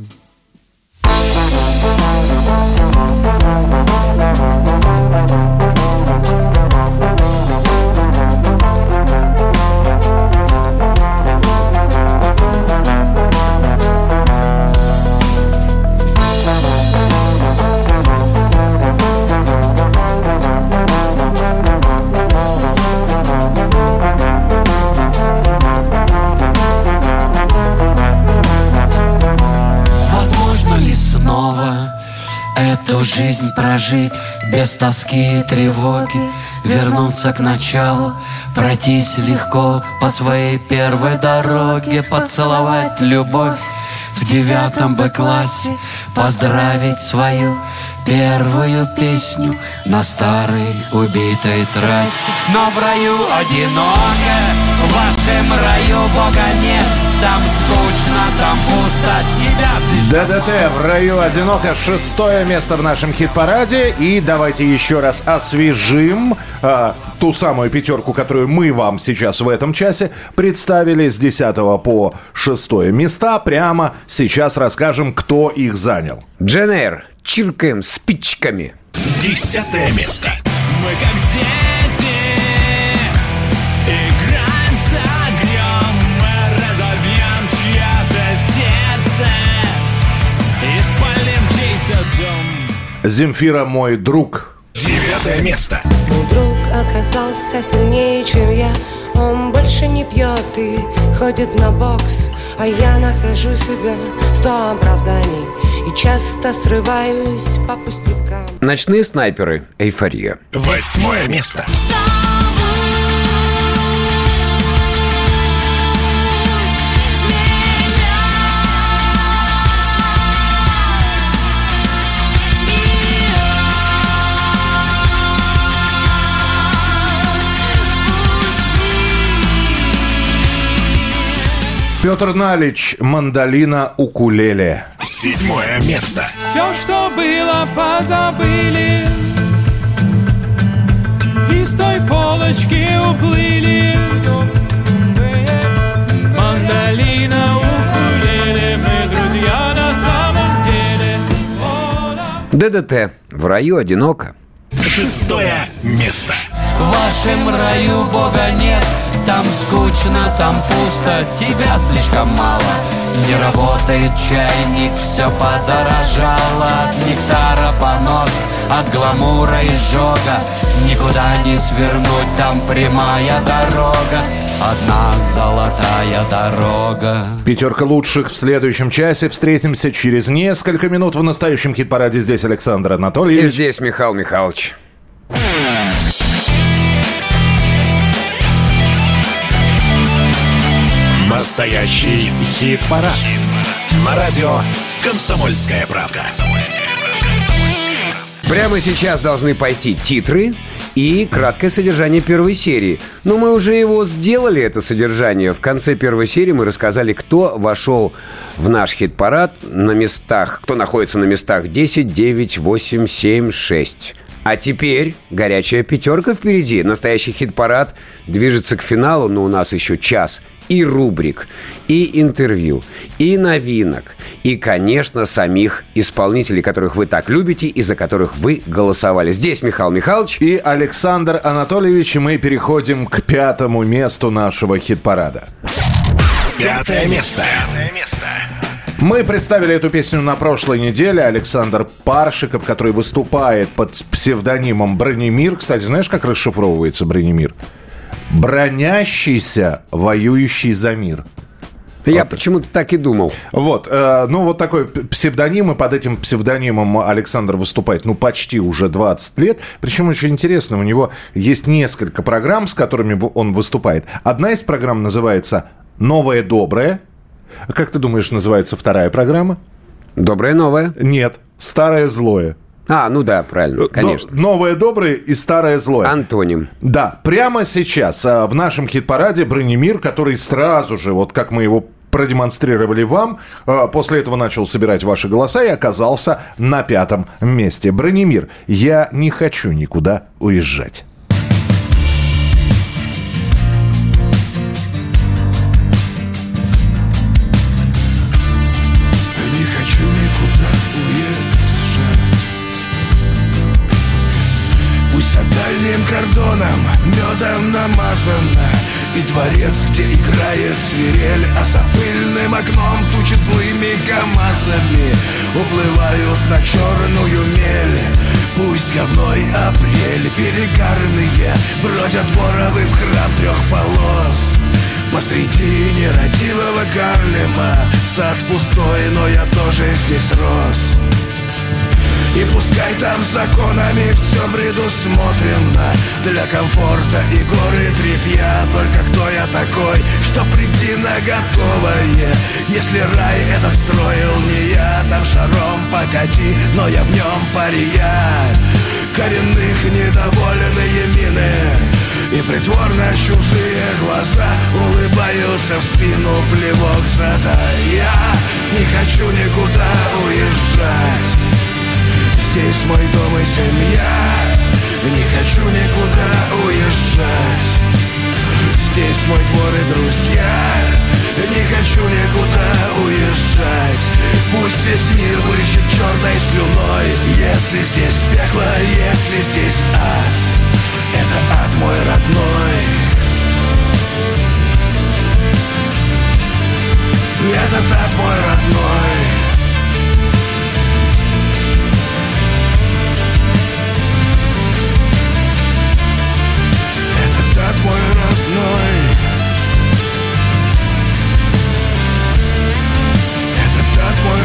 Эту жизнь прожить без тоски и тревоги, вернуться к началу, пройтись легко по своей первой дороге, поцеловать любовь в девятом Б-классе, поздравить свою первую песню на старой убитой трассе. Но в раю одиноко, в вашем раю Бога нет. Там скучно, там пусто, тебя слишком. ДДТ в раю одиноко. Шестое место в нашем хит-параде. И давайте еще раз освежим э, ту самую пятерку, которую мы вам сейчас в этом часе представили с десятого по шестое места. Прямо сейчас расскажем, кто их занял. Джен Эйр, чиркаем спичками. Десятое место. Мы как дети играем с огнем. Мы разорвем чье-то сердце и спалим чей-то дом. Земфира «Мой друг». Девятое место. Мой друг оказался сильнее, чем я. Он больше не пьет и ходит на бокс, а я нахожу себя сто оправданий и часто срываюсь по пустякам. Ночные снайперы. Эйфория. Восьмое место. Петр Налич, «Мандолина, укулеле». Седьмое место. Все, что было, позабыли, и с той полочки уплыли. Мандолина, укулеле, мы друзья на самом деле. ДДТ. В раю одиноко. Шестое место. В вашем раю Бога нет. Там скучно, там пусто, тебя слишком мало. Не работает чайник, все подорожало. От нектара понос, от гламура изжога. Никуда не свернуть, там прямая дорога. Одна золотая дорога. Пятерка лучших в следующем часе. Встретимся через несколько минут в настоящем хит-параде. Здесь Александр Анатольевич. И здесь Михаил Михайлович. Настоящий хит-парад. Хит-парад. На радио «Комсомольская правда». Прямо сейчас должны пойти титры и краткое содержание первой серии. Но мы уже его сделали, это содержание. В конце первой серии мы рассказали, кто вошел в наш хит-парад на местах, кто находится на местах десять, девять, восемь, семь, шесть. А теперь горячая пятерка впереди. Настоящий хит-парад движется к финалу, но у нас еще час. И рубрик, и интервью, и новинок, и, конечно, самих исполнителей, которых вы так любите и за которых вы голосовали. Здесь Михаил Михайлович и Александр Анатольевич, и мы переходим к пятому месту нашего хит-парада. Пятое место. Пятое место. Мы представили эту песню на прошлой неделе. Александр Паршиков, который выступает под псевдонимом Бронемир. Кстати, знаешь, как расшифровывается Бронемир? Бронящийся, воюющий за мир. Я вот. Почему-то так и думал. Вот, э, ну вот такой псевдоним, и под этим псевдонимом Александр выступает, ну, почти уже двадцать лет. Причем очень интересно, у него есть несколько программ, с которыми он выступает. Одна из программ называется «Новое доброе». Как ты думаешь, называется вторая программа? «Доброе новое». Нет, «Старое злое». А, ну да, правильно, конечно. «Новое доброе» и «Старое злое». Антоним. Да, прямо сейчас в нашем хит-параде Бронемир, который сразу же, вот как мы его продемонстрировали вам, после этого начал собирать ваши голоса и оказался на пятом месте. Бронемир, я не хочу никуда уезжать. Не хочу никуда уезжать. Пусть за дальним кордоном медом намазано и дворец, где играет свирель, а за пыльным окном тучи злыми КамАЗами уплывают на черную мель. Пусть говной апрель перегарные бродят боровы в храм трех полос. Посреди нерадивого Гарлема сад пустой, но я тоже здесь рос. И пускай там законами все предусмотрено для комфорта и горы тряпья. Только кто я такой, что прийти на готовое? Если рай этот строил не я, там шаром покати, но я в нем пария. Коренных недовольные мины и притворно чужие глаза улыбаются в спину, плевок зада. Я не хочу никуда уезжать. Здесь мой дом и семья. Не хочу никуда уезжать. Здесь мой двор и друзья. Не хочу никуда уезжать. Пусть весь мир брызжет черной слюной. Если здесь пекло, если здесь ад, это ад мой родной. Этот ад мой родной. Этот мой родной. Этот ад мой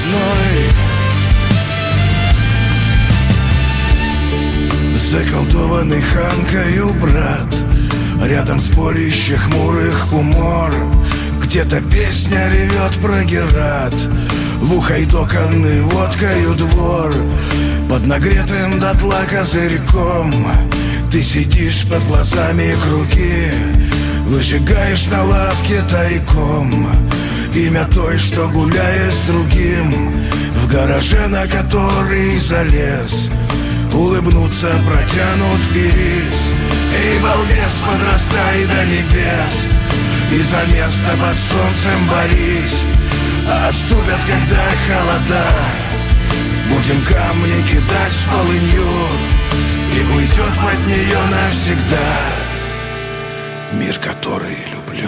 родной. Заколдованный ханкою брат, рядом спорище хмурых умор. Где-то песня ревет про Герат, в ухайдоканный водкою двор. Под нагретым дотла козырьком ты сидишь, под глазами круги, выжигаешь на лавке тайком имя той, что гуляет с другим. В гараже, на который залез, улыбнуться протянут ирис. Эй, балбес, подрастай до небес, и за место под солнцем борись. А отступят, когда холода, будем камни кидать в полынью, и уйдет под нее навсегда мир, который люблю,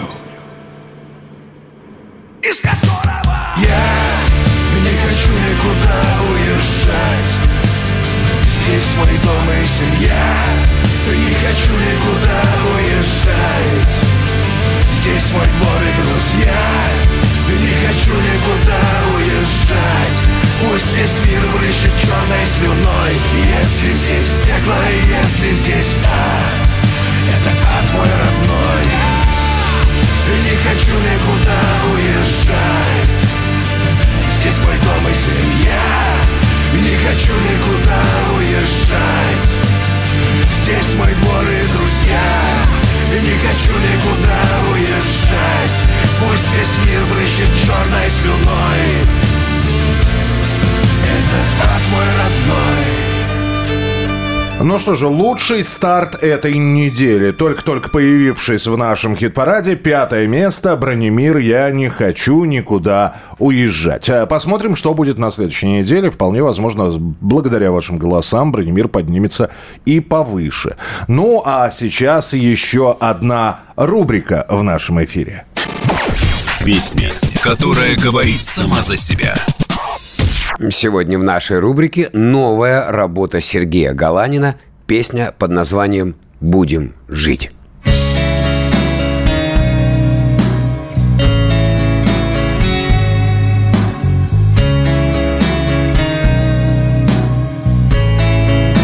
из которого я не хочу никуда уезжать. Здесь мой дом и семья. Не хочу никуда уезжать. Здесь мой двор и друзья. Не хочу никуда уезжать. Пусть весь мир брызжет черной слюной. Если здесь пекло, если здесь ад, это ад мой родной. Не хочу никуда уезжать. Здесь мой дом и семья. Не хочу никуда уезжать. Здесь мой двор и друзья. Не хочу никуда уезжать. Пусть весь мир брызжет черной слюной. Этот ад мой родной. Ну что же, лучший старт этой недели. Только-только появившись в нашем хит-параде, пятое место. Бронемир, я не хочу никуда уезжать. Посмотрим, что будет на следующей неделе. Вполне возможно, благодаря вашим голосам Бронемир поднимется и повыше. Ну, а сейчас еще одна рубрика в нашем эфире. Песня, которая говорит сама за себя. Сегодня в нашей рубрике новая работа Сергея Галанина. Песня под названием «Будем жить».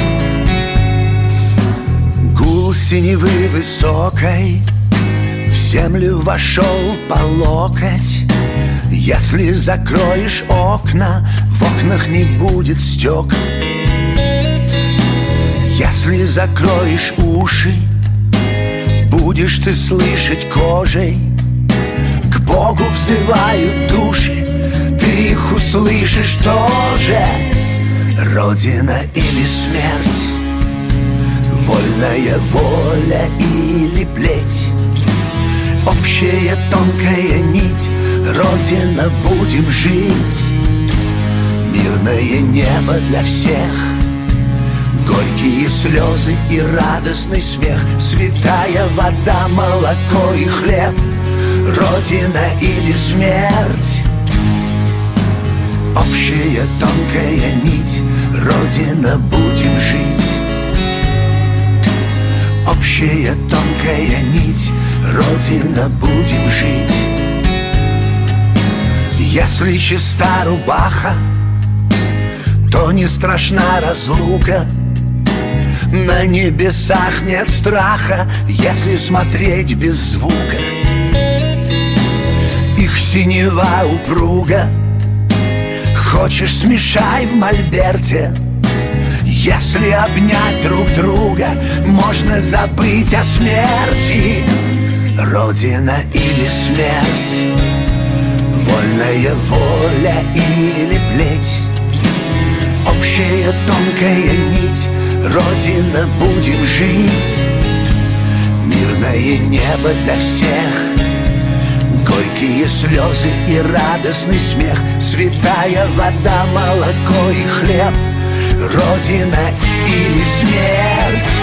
Гул синевы высокой землю вошел по локоть. Если закроешь окна, в окнах не будет стекол. Если закроешь уши, будешь ты слышать кожей. К Богу взывают души, ты их услышишь тоже. Родина или смерть, вольная воля или плеть, общая тонкая нить, Родина, будем жить. Мирное небо для всех, горькие слезы и радостный смех, святая вода, молоко и хлеб, Родина или смерть, общая тонкая нить, Родина, будем жить. Общая тонкая нить, Родина, будем жить. Если чиста рубаха, то не страшна разлука. На небесах нет страха, если смотреть без звука. Их синева упруга, хочешь, смешай в мольберте. Если обнять друг друга, можно забыть о смерти. Родина или смерть, вольная воля или плеть, общая тонкая нить, Родина, будем жить. Мирное небо для всех, горькие слезы и радостный смех, святая вода, молоко и хлеб, Родина или смерть.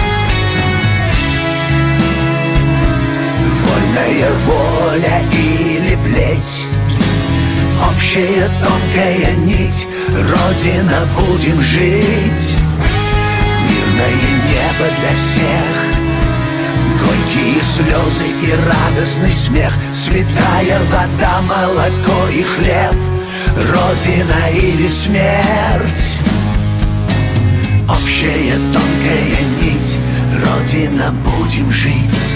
Вольная воля или плеть, общая тонкая нить, Родина, будем жить. Мирное небо для всех, горькие слезы и радостный смех, святая вода, молоко и хлеб, Родина или смерть. Общая тонкая нить, Родина, будем жить.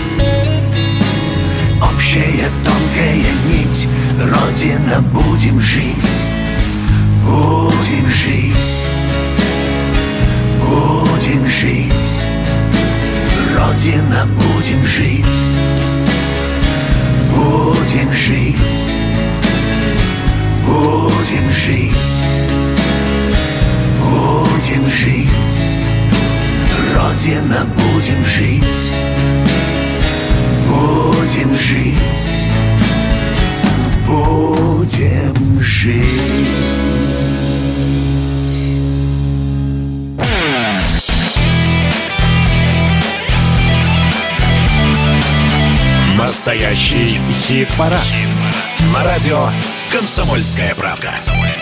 Общая тонкая нить, Родина, будем жить. Будем жить. Будем жить. Родина, будем жить. Будем жить. Будем жить. Будем жить. Родина, будем жить. Будем жить. Будем жить. Настоящий хит-парад. На радио «Комсомольская правда».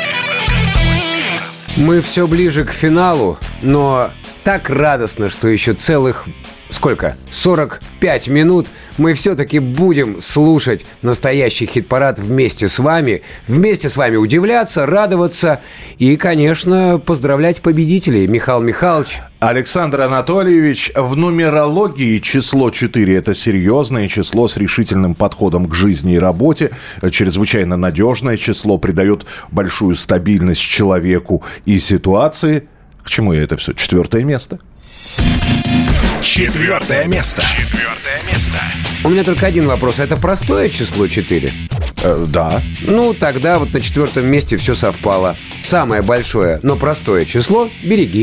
Мы все ближе к финалу, но так радостно, что еще целых, сколько, сорок пять минут мы все-таки будем слушать настоящий хит-парад вместе с вами, вместе с вами удивляться, радоваться и, конечно, поздравлять победителей. Михаил Михайлович. Александр Анатольевич, в нумерологии число четыре – это серьезное число с решительным подходом к жизни и работе, чрезвычайно надежное число, придает большую стабильность человеку и ситуации. К чему я это все? Четвертое место. Четвертое место. Четвертое место. У меня только один вопрос. Это простое число четыре? Э, да. Ну, тогда вот на четвертом месте все совпало. Самое большое, но простое число – береги.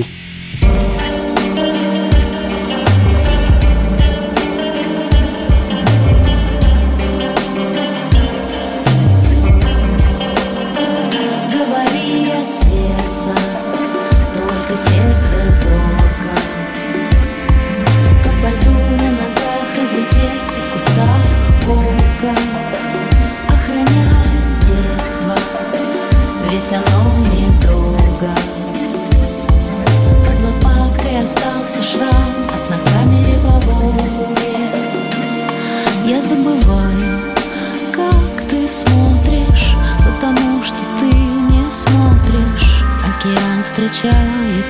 Встречает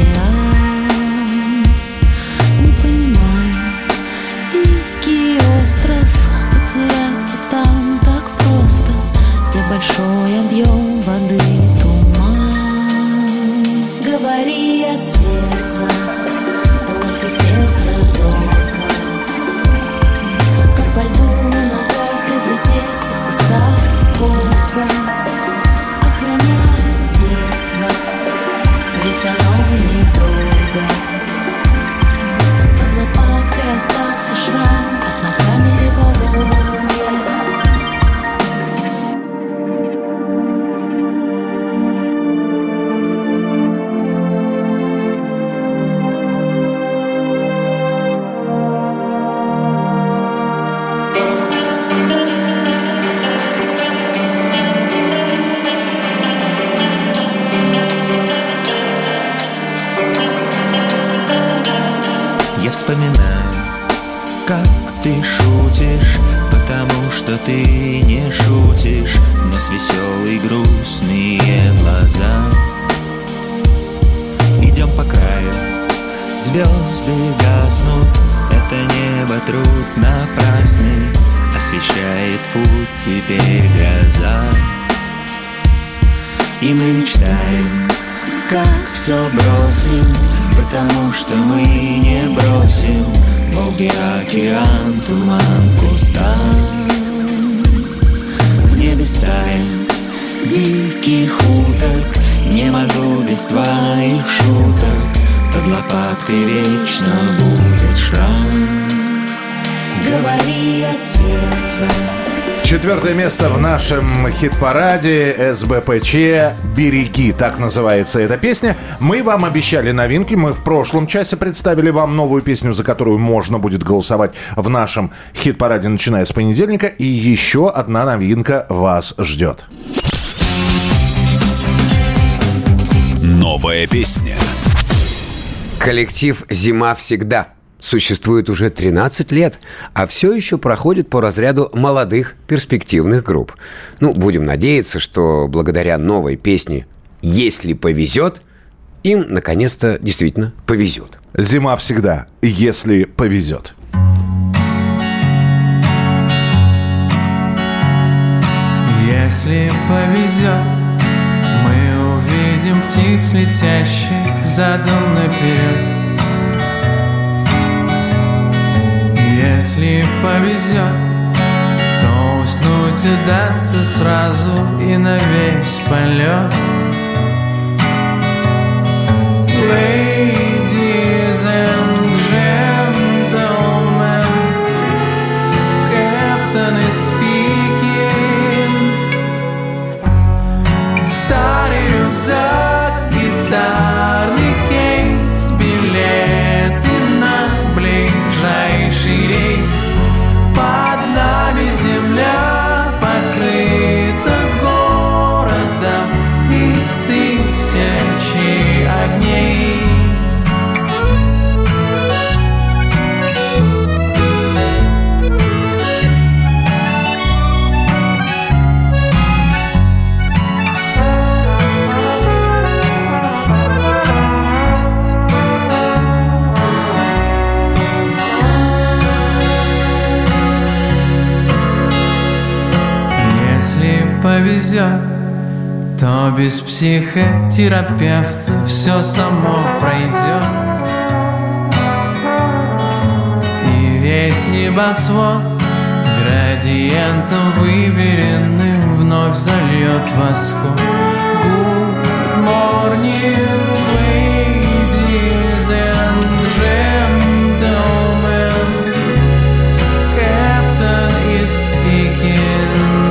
океан. Не понимаю, дикий остров Я вспоминаю, как ты шутишь, потому что ты не шутишь, но с веселые грустные глаза. Идем по краю, звезды гаснут, это небо труд напрасный, освещает путь теперь гроза. И мы мечтаем, как все бросим, потому что мы не бросим Волги, океан, туман, кустам. В небе стаем диких уток, не могу без твоих шуток, под лопаткой вечно будет шрам. Говори от сердца. Четвертое место в нашем хит-параде эс бэ пэ че «Береги», так называется эта песня. Мы вам обещали новинки. Мы в прошлом часе представили вам новую песню, за которую можно будет голосовать в нашем хит-параде, начиная с понедельника. И еще одна новинка вас ждет. Новая песня. Коллектив «Зима всегда» существует уже тринадцать лет, а все еще проходит по разряду молодых перспективных групп. Ну, будем надеяться, что благодаря новой песне «Если повезет», им наконец-то действительно повезет. «Зима всегда, если повезет». Если повезет, мы увидим птиц, летящих задом наперед. Если повезет, то уснуть удастся сразу и на весь полет. Ladies and gentlemen, Captain is speaking. Старый рюкзак, гитарный кейс, билеты на ближайший рейс. Под нами земля покрыта городом из тысячи огней. Повезет, то без психотерапевта все само пройдет. И весь небосвод градиентом выверенным вновь зальет восход. Good morning, ladies and gentlemen, Captain is speaking.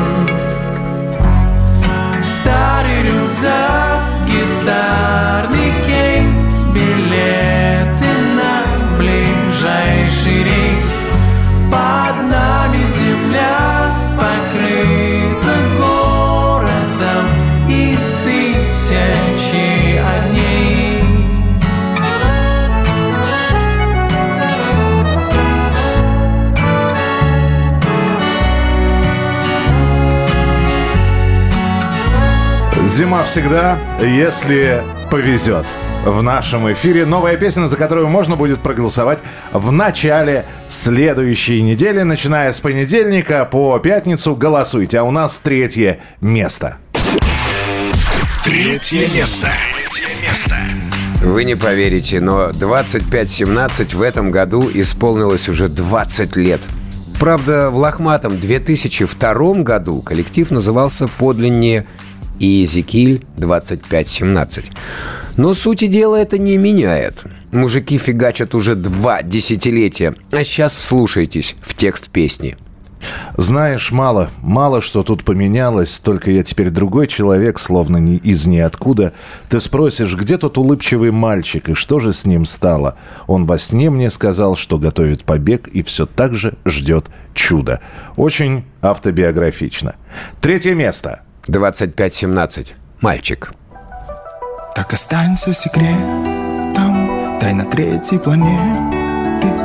Старый рюкзак, гитарный кейс, билеты на ближайший рейс. Под нами земля покрыта городом из тысячи огней. «Зима всегда, если повезет». В нашем эфире новая песня, за которую можно будет проголосовать в начале следующей недели. Начиная с понедельника по пятницу голосуйте. А у нас третье место. Третье место. Третье место. Вы не поверите, но двадцать пять семнадцать в этом году исполнилось уже двадцать лет. Правда, в лохматом две тысячи втором году коллектив назывался подлиннее «Иезекииль двадцать пять семнадцать». Но сути дела это не меняет. Мужики фигачат уже два десятилетия. А сейчас вслушайтесь в текст песни. Знаешь, мало, мало что тут поменялось, только я теперь другой человек, словно не из ниоткуда. Ты спросишь, где тот улыбчивый мальчик, и что же с ним стало? Он во сне мне сказал, что готовит побег, и все так же ждет чудо. Очень автобиографично. Третье место. двадцать пять семнадцать. Мальчик. Так останься секретом, тайна третьей планеты.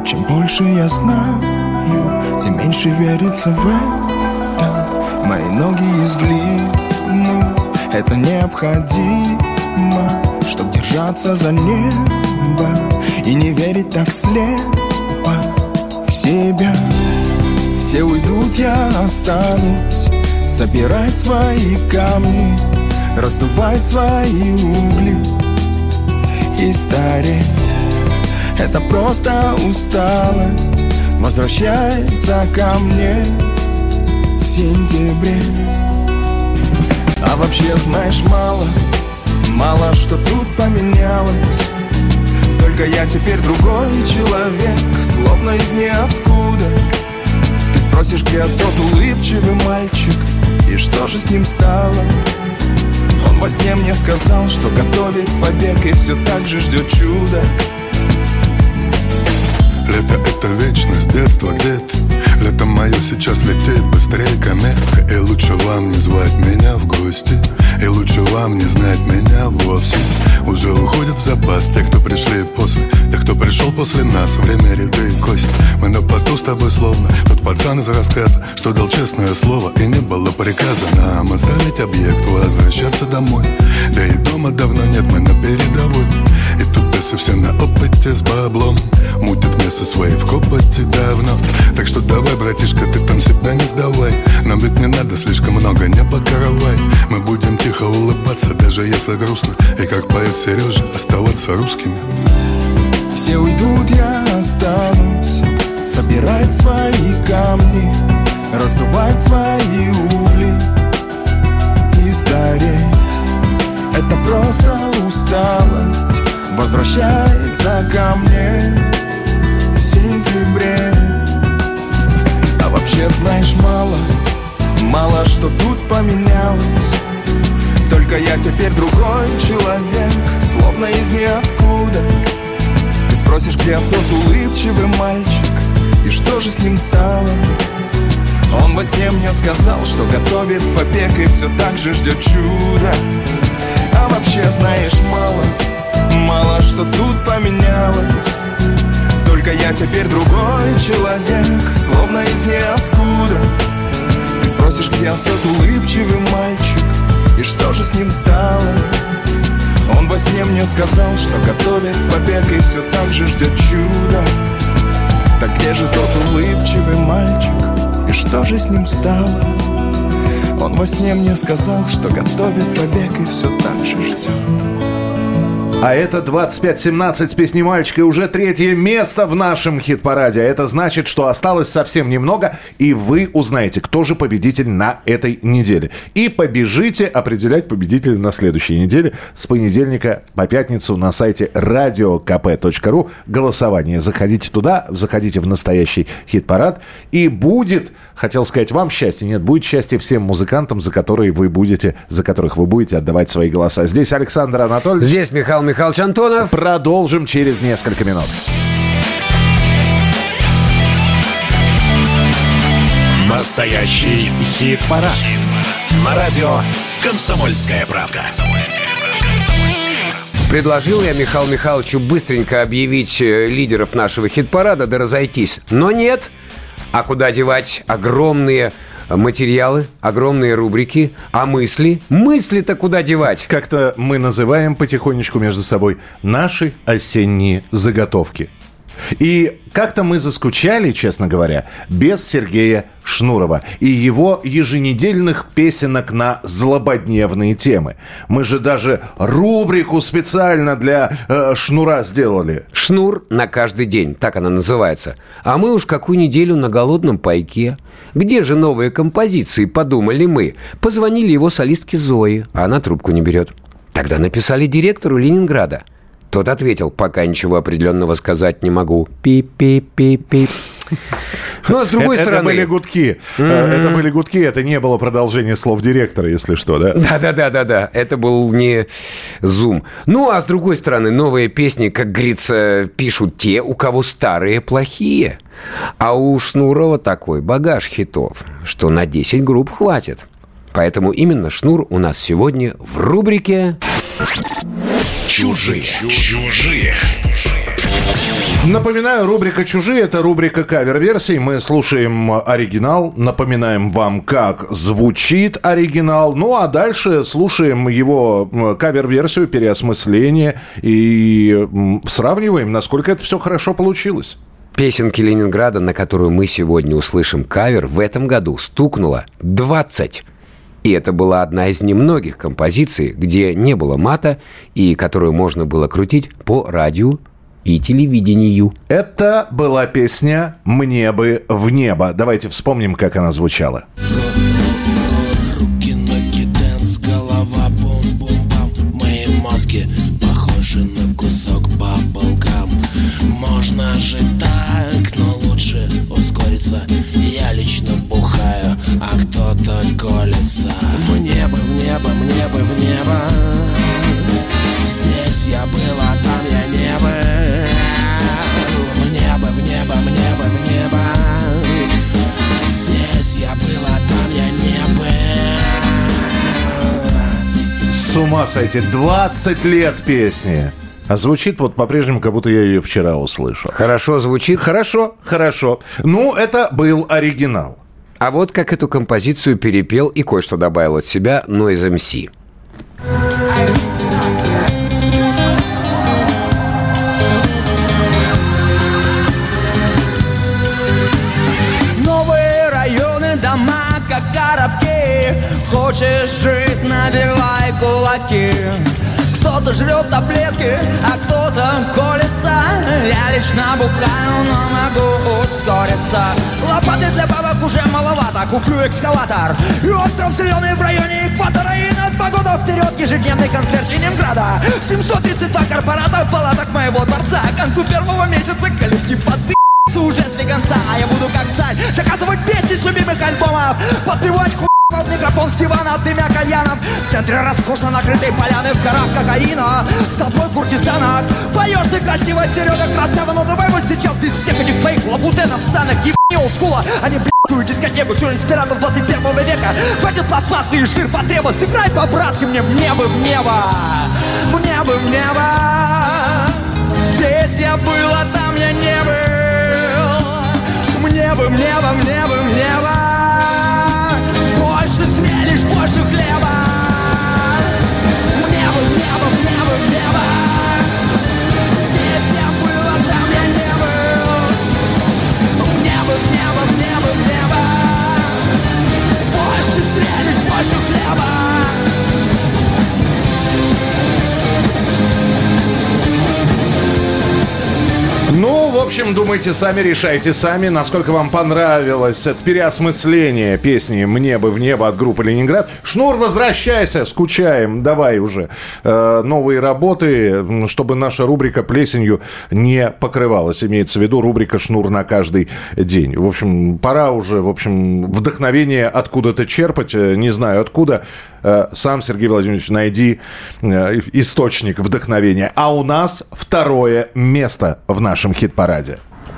Чем больше я знаю, тем меньше верится в это. Мои ноги из глины, это необходимо, чтоб держаться за небо и не верить так слепо в себя. Все уйдут, я останусь, собирать свои камни, раздувать свои угли и стареть. Это просто усталость возвращается ко мне в сентябре. А вообще, знаешь, мало, мало что тут поменялось. Только я теперь другой человек, словно из ниоткуда. Ты спросишь, где тот улыбчивый мальчик, и что же с ним стало? Он во сне мне сказал, что готовит побег и все так же ждет чуда. Лето — это вечность, детство где-то. Лето мое сейчас летит быстрее комета. И лучше вам не звать меня в гости, и лучше вам не знать меня вовсе. Уже уходят в запас те, кто пришли после, те, кто пришел после нас. Время, ряды и кость. Мы на посту с тобой словно тот пацан из рассказа, что дал честное слово и не было приказа нам оставить объект, возвращаться домой. Да и дома давно нет, мы на передовой. И тут бесы все на опыте с баблом, мутят место свои в копоте давно. Так что давай, братишка, ты там себя не сдавай. Нам ведь не надо слишком много, не покоровай. Мы будем тихо улыбаться, даже если грустно, и как поэт Сережа, оставаться русскими. Все уйдут, я останусь, собирать свои камни, раздувать свои угли и стареть. Это просто усталость возвращается ко мне в сентябре. А вообще, знаешь, мало, мало что тут поменялось. Только я теперь другой человек, словно из ниоткуда. Ты спросишь, где тот улыбчивый мальчик, и что же с ним стало? Он во сне мне сказал, что готовит побег и все так же ждет чуда. А вообще, знаешь, мало, мало что тут поменялось. Только я теперь другой человек, словно из ниоткуда. Ты спросишь, где тот улыбчивый мальчик, и что же с ним стало? Он во сне мне сказал, что готовит побег и все так же ждет чуда. Так где же тот улыбчивый мальчик, и что же с ним стало? Он во сне мне сказал, что готовит побег и все так же ждет. А это двадцать пять семнадцать с песней «Мальчика», и уже третье место в нашем хит-параде. Это значит, что осталось совсем немного, и вы узнаете, кто же победитель на этой неделе. И побежите определять победителя на следующей неделе с понедельника по пятницу на сайте радио ка пэ точка ру. Голосование. Заходите туда, заходите в настоящий хит-парад, и будет, хотел сказать, вам счастье. Нет, будет счастье всем музыкантам, за которые вы будете, за которых вы будете отдавать свои голоса. Здесь Александр Анатольевич. Здесь Михаил Михайлович Антонов. Продолжим через несколько минут. Настоящий хит-парад. На радио «Комсомольская правда». Предложил я Михаилу Михайловичу быстренько объявить лидеров нашего хит-парада, да разойтись. Но нет. А куда девать огромные материалы, огромные рубрики, а мысли? Мысли-то куда девать? Как-то мы называем потихонечку между собой наши осенние заготовки. И как-то мы заскучали, честно говоря, без Сергея Шнурова и его еженедельных песенок на злободневные темы. Мы же даже рубрику специально для э, Шнура сделали. «Шнур на каждый день», так она называется. А мы уж какую неделю на голодном пайке. Где же новые композиции, подумали мы. Позвонили его солистке Зои, а она трубку не берет. Тогда написали директору Ленинграда. Тот ответил: пока ничего определенного сказать не могу. Пип-пип-пип-пип. Ну, а с другой это, стороны... Это были гудки. Mm-hmm. Это были гудки, это не было продолжение слов директора, если что, да? Да-да-да-да-да. Это был не зум. Ну, а с другой стороны, новые песни, как говорится, пишут те, у кого старые плохие. А у Шнурова такой багаж хитов, что на десять групп хватит. Поэтому именно Шнур у нас сегодня в рубрике... Чужие. Чужие. Напоминаю, рубрика «Чужие» — это рубрика кавер-версий. Мы слушаем оригинал, напоминаем вам, как звучит оригинал. Ну, а дальше слушаем его кавер-версию, переосмысление и сравниваем, насколько это все хорошо получилось. Песенки Ленинграда, на которую мы сегодня услышим кавер, в этом году стукнуло двадцать. И это была одна из немногих композиций, где не было мата и которую можно было крутить по радио и телевидению. Это была песня «Мне бы в небо». Давайте вспомним, как она звучала. Руки, ноги, дэнс, голова, бум-бум-бам. Мои мозги похожи на кусок баблгам. Можно жить так, но лучше ускориться. Я лично бухаю, а кто-то колется. Мне бы в небо, мне бы в небо. Здесь я был, а там я не был. Мне бы в небо, мне бы в небо. Здесь я был, а там я не был. С ума сойти, двадцать лет песни. А звучит вот по-прежнему, как будто я ее вчера услышал. Хорошо звучит? Хорошо, хорошо. Ну, это был оригинал. А вот как эту композицию перепел и кое-что добавил от себя Noise эм си. Новые районы, дома, как коробки. Хочешь жить, набивай кулаки. Кто-то жрет таблетки, а кто-то колется. Я лично бухаю, но могу ускориться. Лопаты для бабок уже маловато. Куплю экскаватор и остров зеленый в районе экватора. И на два года вперед ежедневный концерт Ленинграда. семьсот тридцать два корпората в палатах моего дворца. К концу первого месяца коллектив подсыпется уже с конца. А я буду как царь заказывать песни с любимых альбомов. Подпевать хуй в микрофон с дивана, дымя кальянов. В центре роскошно накрытой поляны, в горах кокаина, с толпой куртизанок. Поешь ты красиво, Серега, красава, но давай вот сейчас без всех этих твоих лабутенов, санок, ебани олдскула, а не блядскую дискотеку, черный пиратов двадцать первого века. Хватит пластмассы и шир потребу, сыграй по-братски мне, мне бы в небо, мне бы в небо. Здесь я был, а там я не был. Мне бы в небо, мне бы в небо. Больше сметишь, больше хлеба. Мне бы в небо, мне бы в небо. Здесь я был, а там я не был. Мне бы в небо, мне бы в небо. Больше сметишь, больше хлеба. Ну, в общем, думайте сами, решайте сами, насколько вам понравилось это переосмысление песни «Мне бы в небо» от группы «Ленинград». Шнур, возвращайся, скучаем, давай уже э, новые работы, чтобы наша рубрика плесенью не покрывалась. Имеется в виду рубрика «Шнур на каждый день». В общем, пора уже, в общем, вдохновение откуда-то черпать, не знаю откуда. Сам, Сергей Владимирович, найди источник вдохновения. А у нас второе место в нашем хит-параде.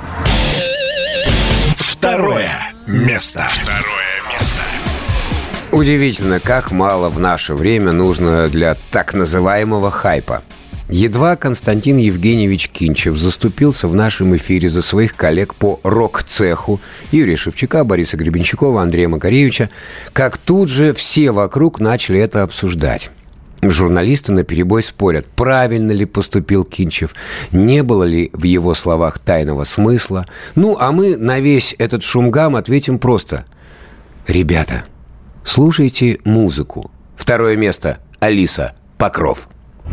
Второе место. Второе место. Удивительно, как мало в наше время нужно для так называемого хайпа. Едва Константин Евгеньевич Кинчев заступился в нашем эфире за своих коллег по рок-цеху Юрия Шевчука, Бориса Гребенщикова, Андрея Макаревича, как тут же все вокруг начали это обсуждать. Журналисты наперебой спорят, правильно ли поступил Кинчев, не было ли в его словах тайного смысла. Ну, а мы на весь этот шум-гам ответим просто. Ребята, слушайте музыку. Второе место. Алиса Покров.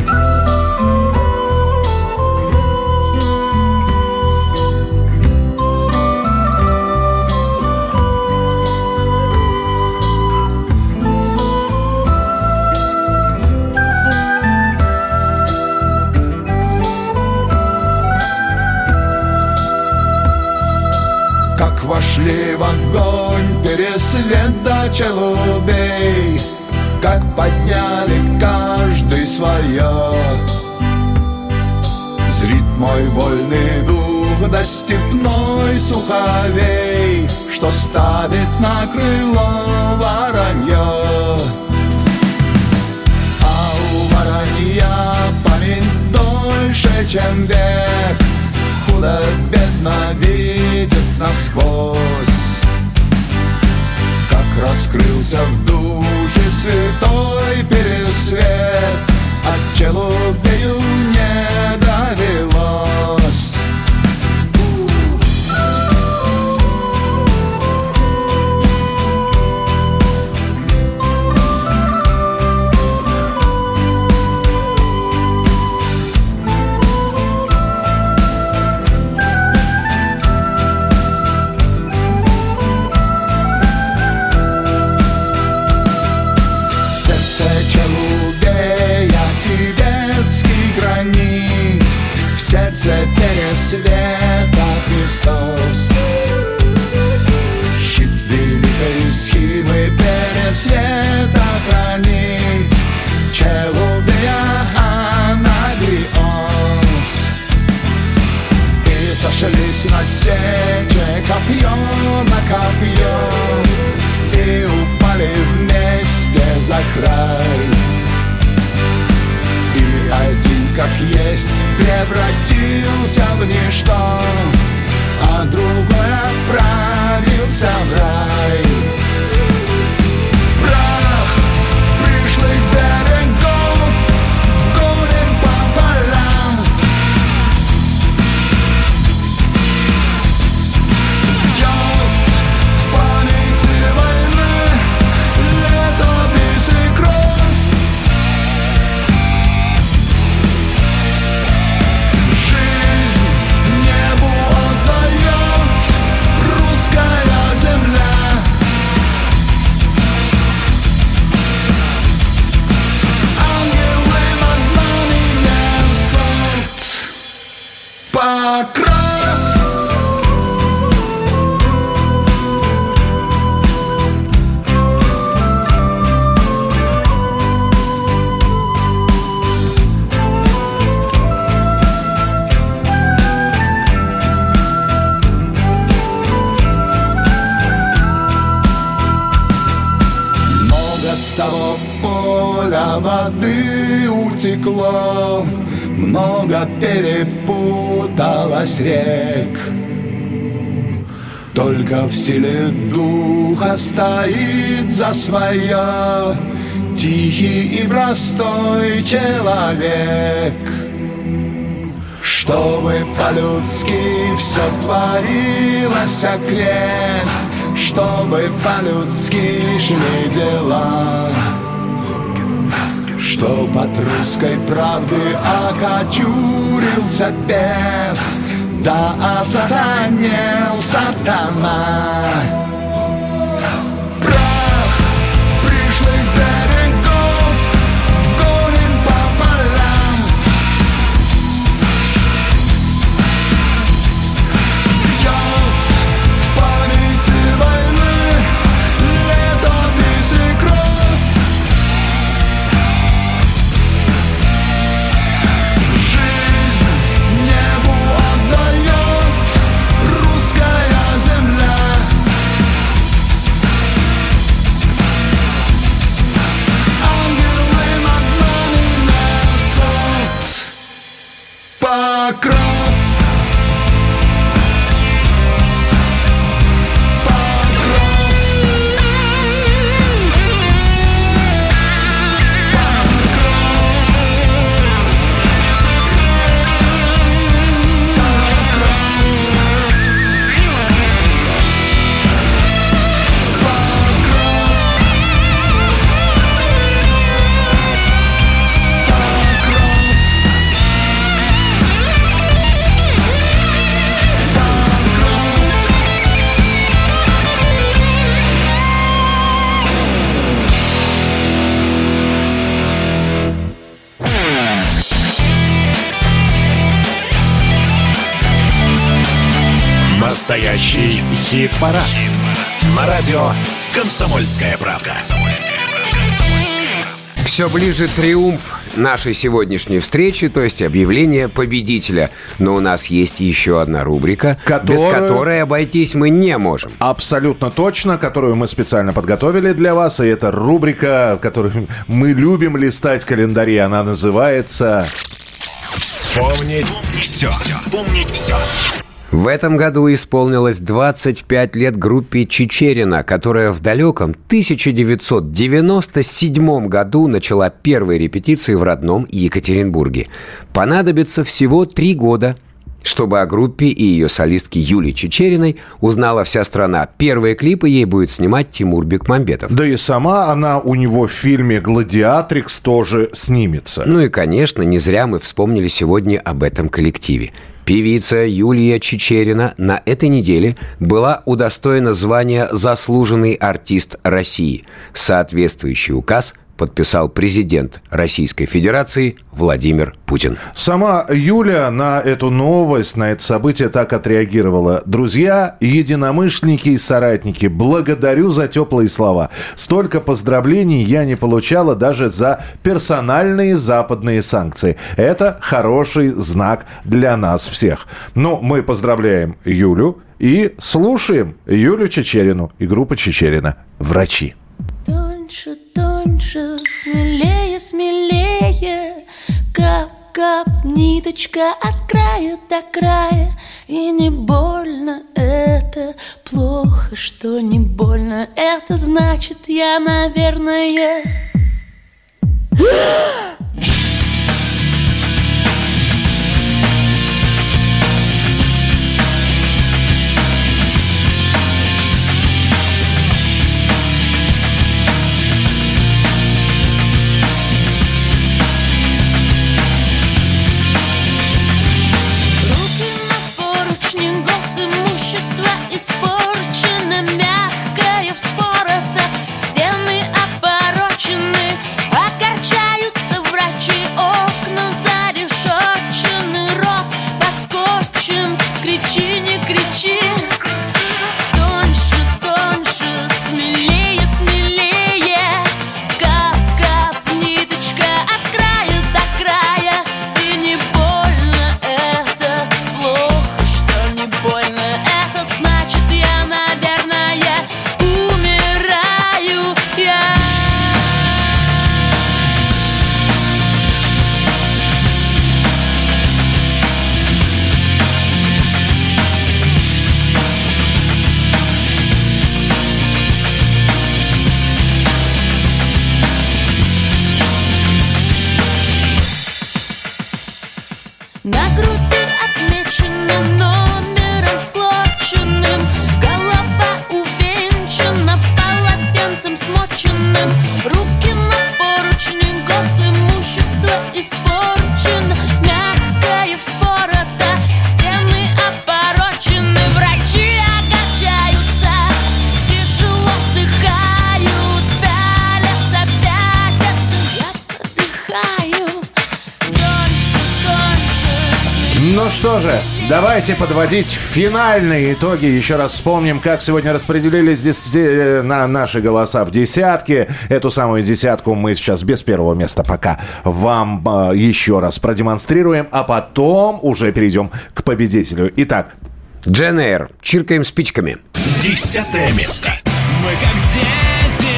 Вошли в огонь пересвет до челубей, как подняли каждый свое. Зрит мой вольный дух до степной суховей, что ставит на крыло воронье. А у воронья память дольше, чем век, худо-бедно видит насквозь, как раскрылся в духе святой пересвет, от челубею не довелось. Челубея, тибетский гранит, в сердце пересвета Христос. Щит великой схимы пересвета хранит, Челубея Анагиос. И сошлись на сече копье на копье, и упали вместе за край. И один, как есть, превратился в ничто, а другой отправился в рай. Прах пришлых берегов гоним пополам, бьет в памяти войны летопись и кровь. Жизнь небу отдает русская земля. Ангелы над нами несут покров. Много с того поля воды утекло, много перепуталось рек. Только в силе духа стоит за свое тихий и простой человек. Чтобы по-людски все творилось окрест, чтобы по-людски шли дела, чтоб от русской правды окочурился бес, да осатанел сатана. Прах пришлых берегов гоним пополам, бьет в памяти войны летопись и кровь. Жизнь небу отдает русская земля. Ангелы над нами несут покров. Настоящий хит-парад. На радио «Комсомольская правда». Все ближе триумф нашей сегодняшней встречи, то есть объявление победителя. Но у нас есть еще одна рубрика, Которую... без которой обойтись мы не можем. Абсолютно точно, которую мы специально подготовили для вас. И это рубрика, которую мы любим листать календари. Она называется... Вспомнить все. Вспомнить все. В этом году исполнилось двадцать пять лет группе Чичерина, которая в далеком тысяча девятьсот девяносто седьмом году начала первые репетиции в родном Екатеринбурге. Понадобится всего три года, чтобы о группе и ее солистке Юлии Чичериной узнала вся страна. Первые клипы ей будет снимать Тимур Бекмамбетов. Да и сама она у него в фильме «Гладиатрикс» тоже снимется. Ну и, конечно, не зря мы вспомнили сегодня об этом коллективе. Певица Юлия Чичерина на этой неделе была удостоена звания «Заслуженный артист России». Соответствующий указ подписал президент Российской Федерации Владимир Путин. Сама Юля на эту новость, на это событие так отреагировала. Друзья, единомышленники и соратники, благодарю за теплые слова. Столько поздравлений я не получала даже за персональные западные санкции. Это хороший знак для нас всех. Ну, мы поздравляем Юлю и слушаем Юлю Чичерину и группу Чичерина «Врачи». Тоньше, тоньше, смелее, смелее, кап-кап, ниточка от края до края. И не больно, это плохо, что не больно. Это значит, я, наверное... Испорчено, мягкое вспорото, стены опорочены, огорчаются врачи, окна зарешочены, рот под скотчем, кричи, не кричи. Тоньше, тоньше, смелее, смелее, кап-кап, ниточка от края до края. И не больно, это плохо, что не больно. Это значит, я, наверное, умираю я. На груди отмечено номером склоченным, голова увенчана полотенцем смоченным, руки на поручни, госимущество испорчено, мягкое вспорото, стены опорочены, врачи огорчаются, тяжело вздыхают, пялятся, пятятся, я подыхаю. Тоньше, тоньше. Ну что же, давайте подводить финальные итоги. Еще раз вспомним, как сегодня распределились дес- на наши голоса в десятке. Эту самую десятку мы сейчас без первого места пока вам э, еще раз продемонстрируем, а потом уже перейдем к победителю. Итак, Джен Эйр, чиркаем спичками. Десятое место. Мы как дети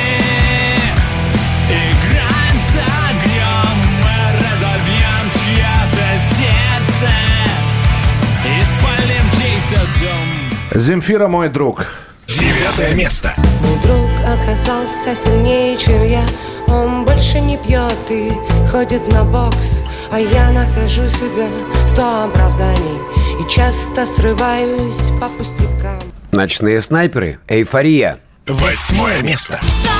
играем с огнем, мы разорвем чье-то сердце и спалим чей-то дом. Земфира, мой друг. Девятое место. Мой друг оказался сильнее, чем я. Он больше не пьет и ходит на бокс, а я нахожу себя сто оправданий и часто срываюсь по пустякам. Ночные снайперы, эйфория. Восьмое место.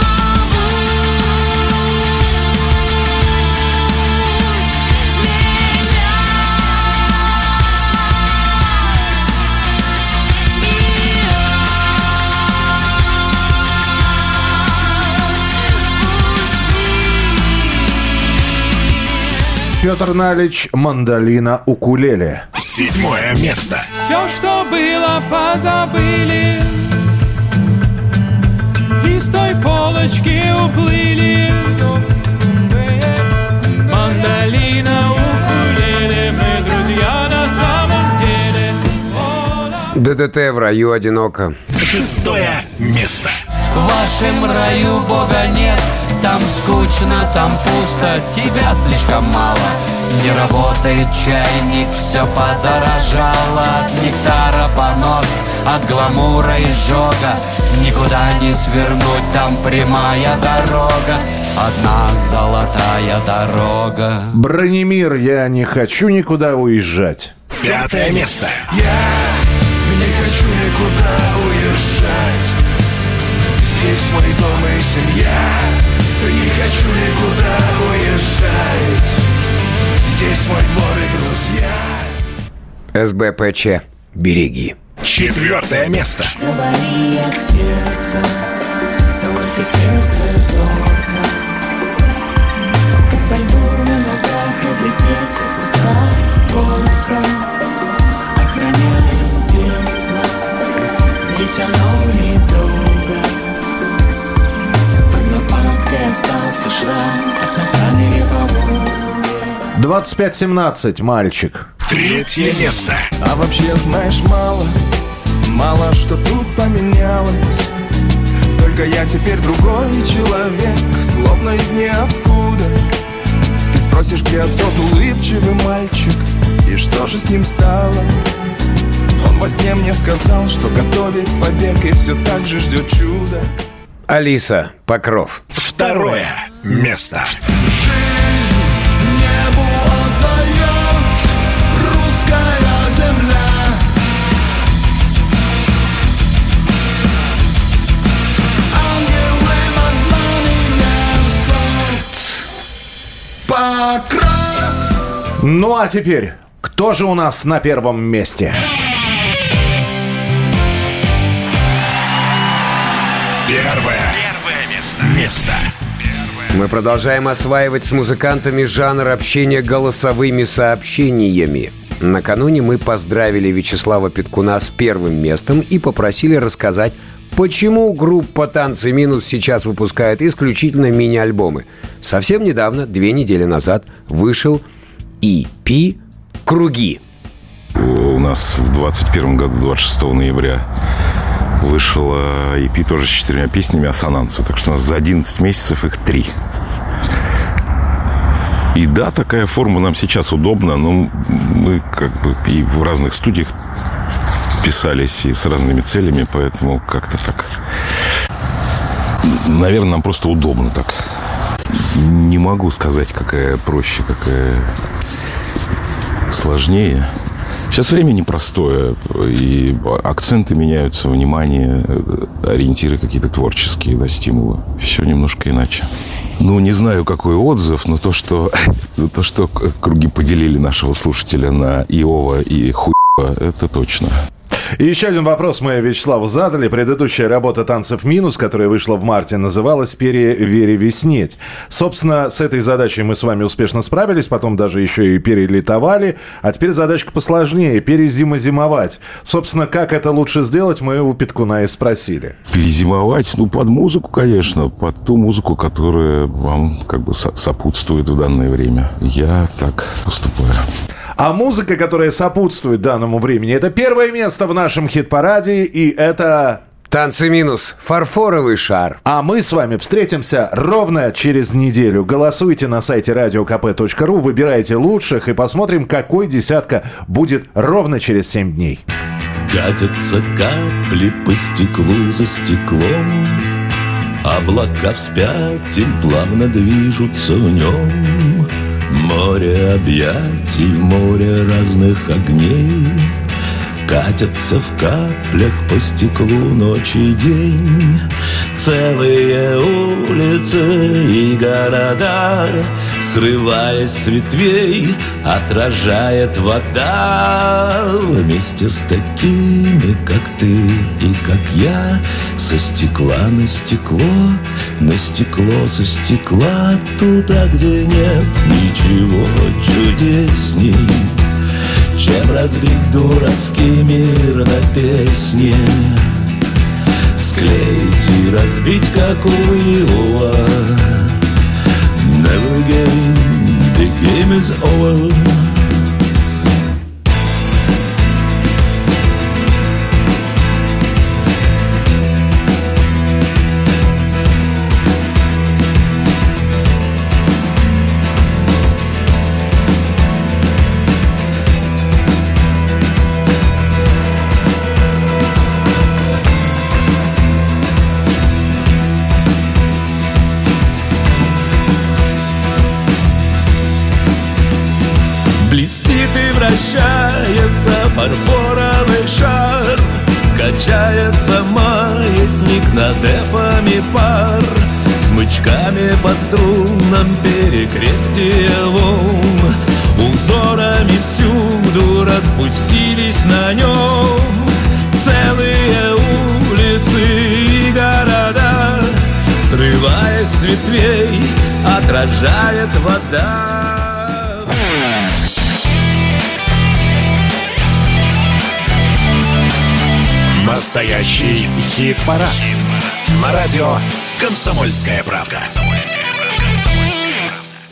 Петр Налич, «Мандолина, укулеле». Седьмое место. Все, что было, позабыли, и с той полочки уплыли. Мандолина, укулеле, мы друзья на самом деле. ДДТ в раю одиноко. Шестое место. В вашем раю Бога нет, там скучно, там пусто, тебя слишком мало. Не работает чайник, все подорожало. От нектара понос, от гламура изжога. Никуда не свернуть, там прямая дорога. Одна золотая дорога. Бронемир, я не хочу никуда уезжать. Пятое место. Я не хочу никуда уезжать. Здесь мой дом и семья. Не хочу никуда уезжать. Здесь мой двор и друзья. эс бэ пэ че. Береги. Четвертое место. Говори от сердца, только сердце зорко. Как по льду на ногах разлететься в кустах волка. Охраняет детство, ведь оно недолго. Под лопаткой остался шрам от на по Волге. двадцать пять семнадцать, мальчик. Третье место. А вообще, знаешь, мало, мало что тут поменялось. Только я теперь другой человек, словно из ниоткуда. Ты спросишь, где тот улыбчивый мальчик, и что же с ним стало? Он во сне мне сказал, что готовит побег, и все так же ждет чуда. Алиса, Покров. Второе место. Небу отдает русская земля. Ангелы над нами несут Покров. Ну а теперь, кто же у нас на первом месте? Первое. Первое место. Место. Мы продолжаем осваивать с музыкантами жанр общения голосовыми сообщениями. Накануне мы поздравили Вячеслава Петкуна с первым местом и попросили рассказать, почему группа «Танцы минус» сейчас выпускает исключительно мини-альбомы. Совсем недавно, две недели назад, вышел и пи «Круги». У нас в двадцать первом году, двадцать шестого ноября, вышла и пи тоже с четырьмя песнями «Ассонансы». Так что у нас за одиннадцать месяцев их три. И да, такая форма нам сейчас удобна, но мы как бы и в разных студиях писались, и с разными целями, поэтому как-то так... Наверное, нам просто удобно так. Не могу сказать, какая проще, какая сложнее. Сейчас время непростое, и акценты меняются, внимание, ориентиры какие-то творческие, да, стимулы. Все немножко иначе. Ну, не знаю, какой отзыв, но то, что, то, что «Круги» поделили нашего слушателя на Иова и хуева, это точно. И еще один вопрос мы Вячеславу задали. Предыдущая работа «Танцев минус», которая вышла в марте, называлась «Перевеснеть». Собственно, с этой задачей мы с вами успешно справились, потом даже еще и перелитовали. А теперь задачка посложнее – перезимозимовать. Собственно, как это лучше сделать, мы у Петкуна и спросили. Перезимовать? Ну, под музыку, конечно. Под ту музыку, которая вам как бы сопутствует в данное время. Я так поступаю. А музыка, которая сопутствует данному времени, это первое место в нашем хит-параде, и это... «Танцы минус», «Фарфоровый шар». А мы с вами встретимся ровно через неделю. Голосуйте на сайте радио ка пэ точка ру, выбирайте лучших и посмотрим, какой десятка будет ровно через семь дней. Катятся капли по стеклу за стеклом, облака вспять и плавно движутся в нем. Море объятий, море разных огней катятся в каплях по стеклу ночь и день. Целые улицы и города, срываясь с ветвей, отражает вода. Вместе с такими, как ты и как я, со стекла на стекло, на стекло со стекла, туда, где нет ничего чудесней, чем разбить дурацкий мир на песне, склеить и разбить, как у Иова. Never again, the game is over. фарфоровый шар. Качается маятник над эфами пар, смычками по струнам перекрестие волн. Узорами всюду распустились на нем целые улицы и города. Срываясь с ветвей, отражает вода. Настоящий хит-парад. Хит-парад. На радио «Комсомольская правда». «Комсомольская правда».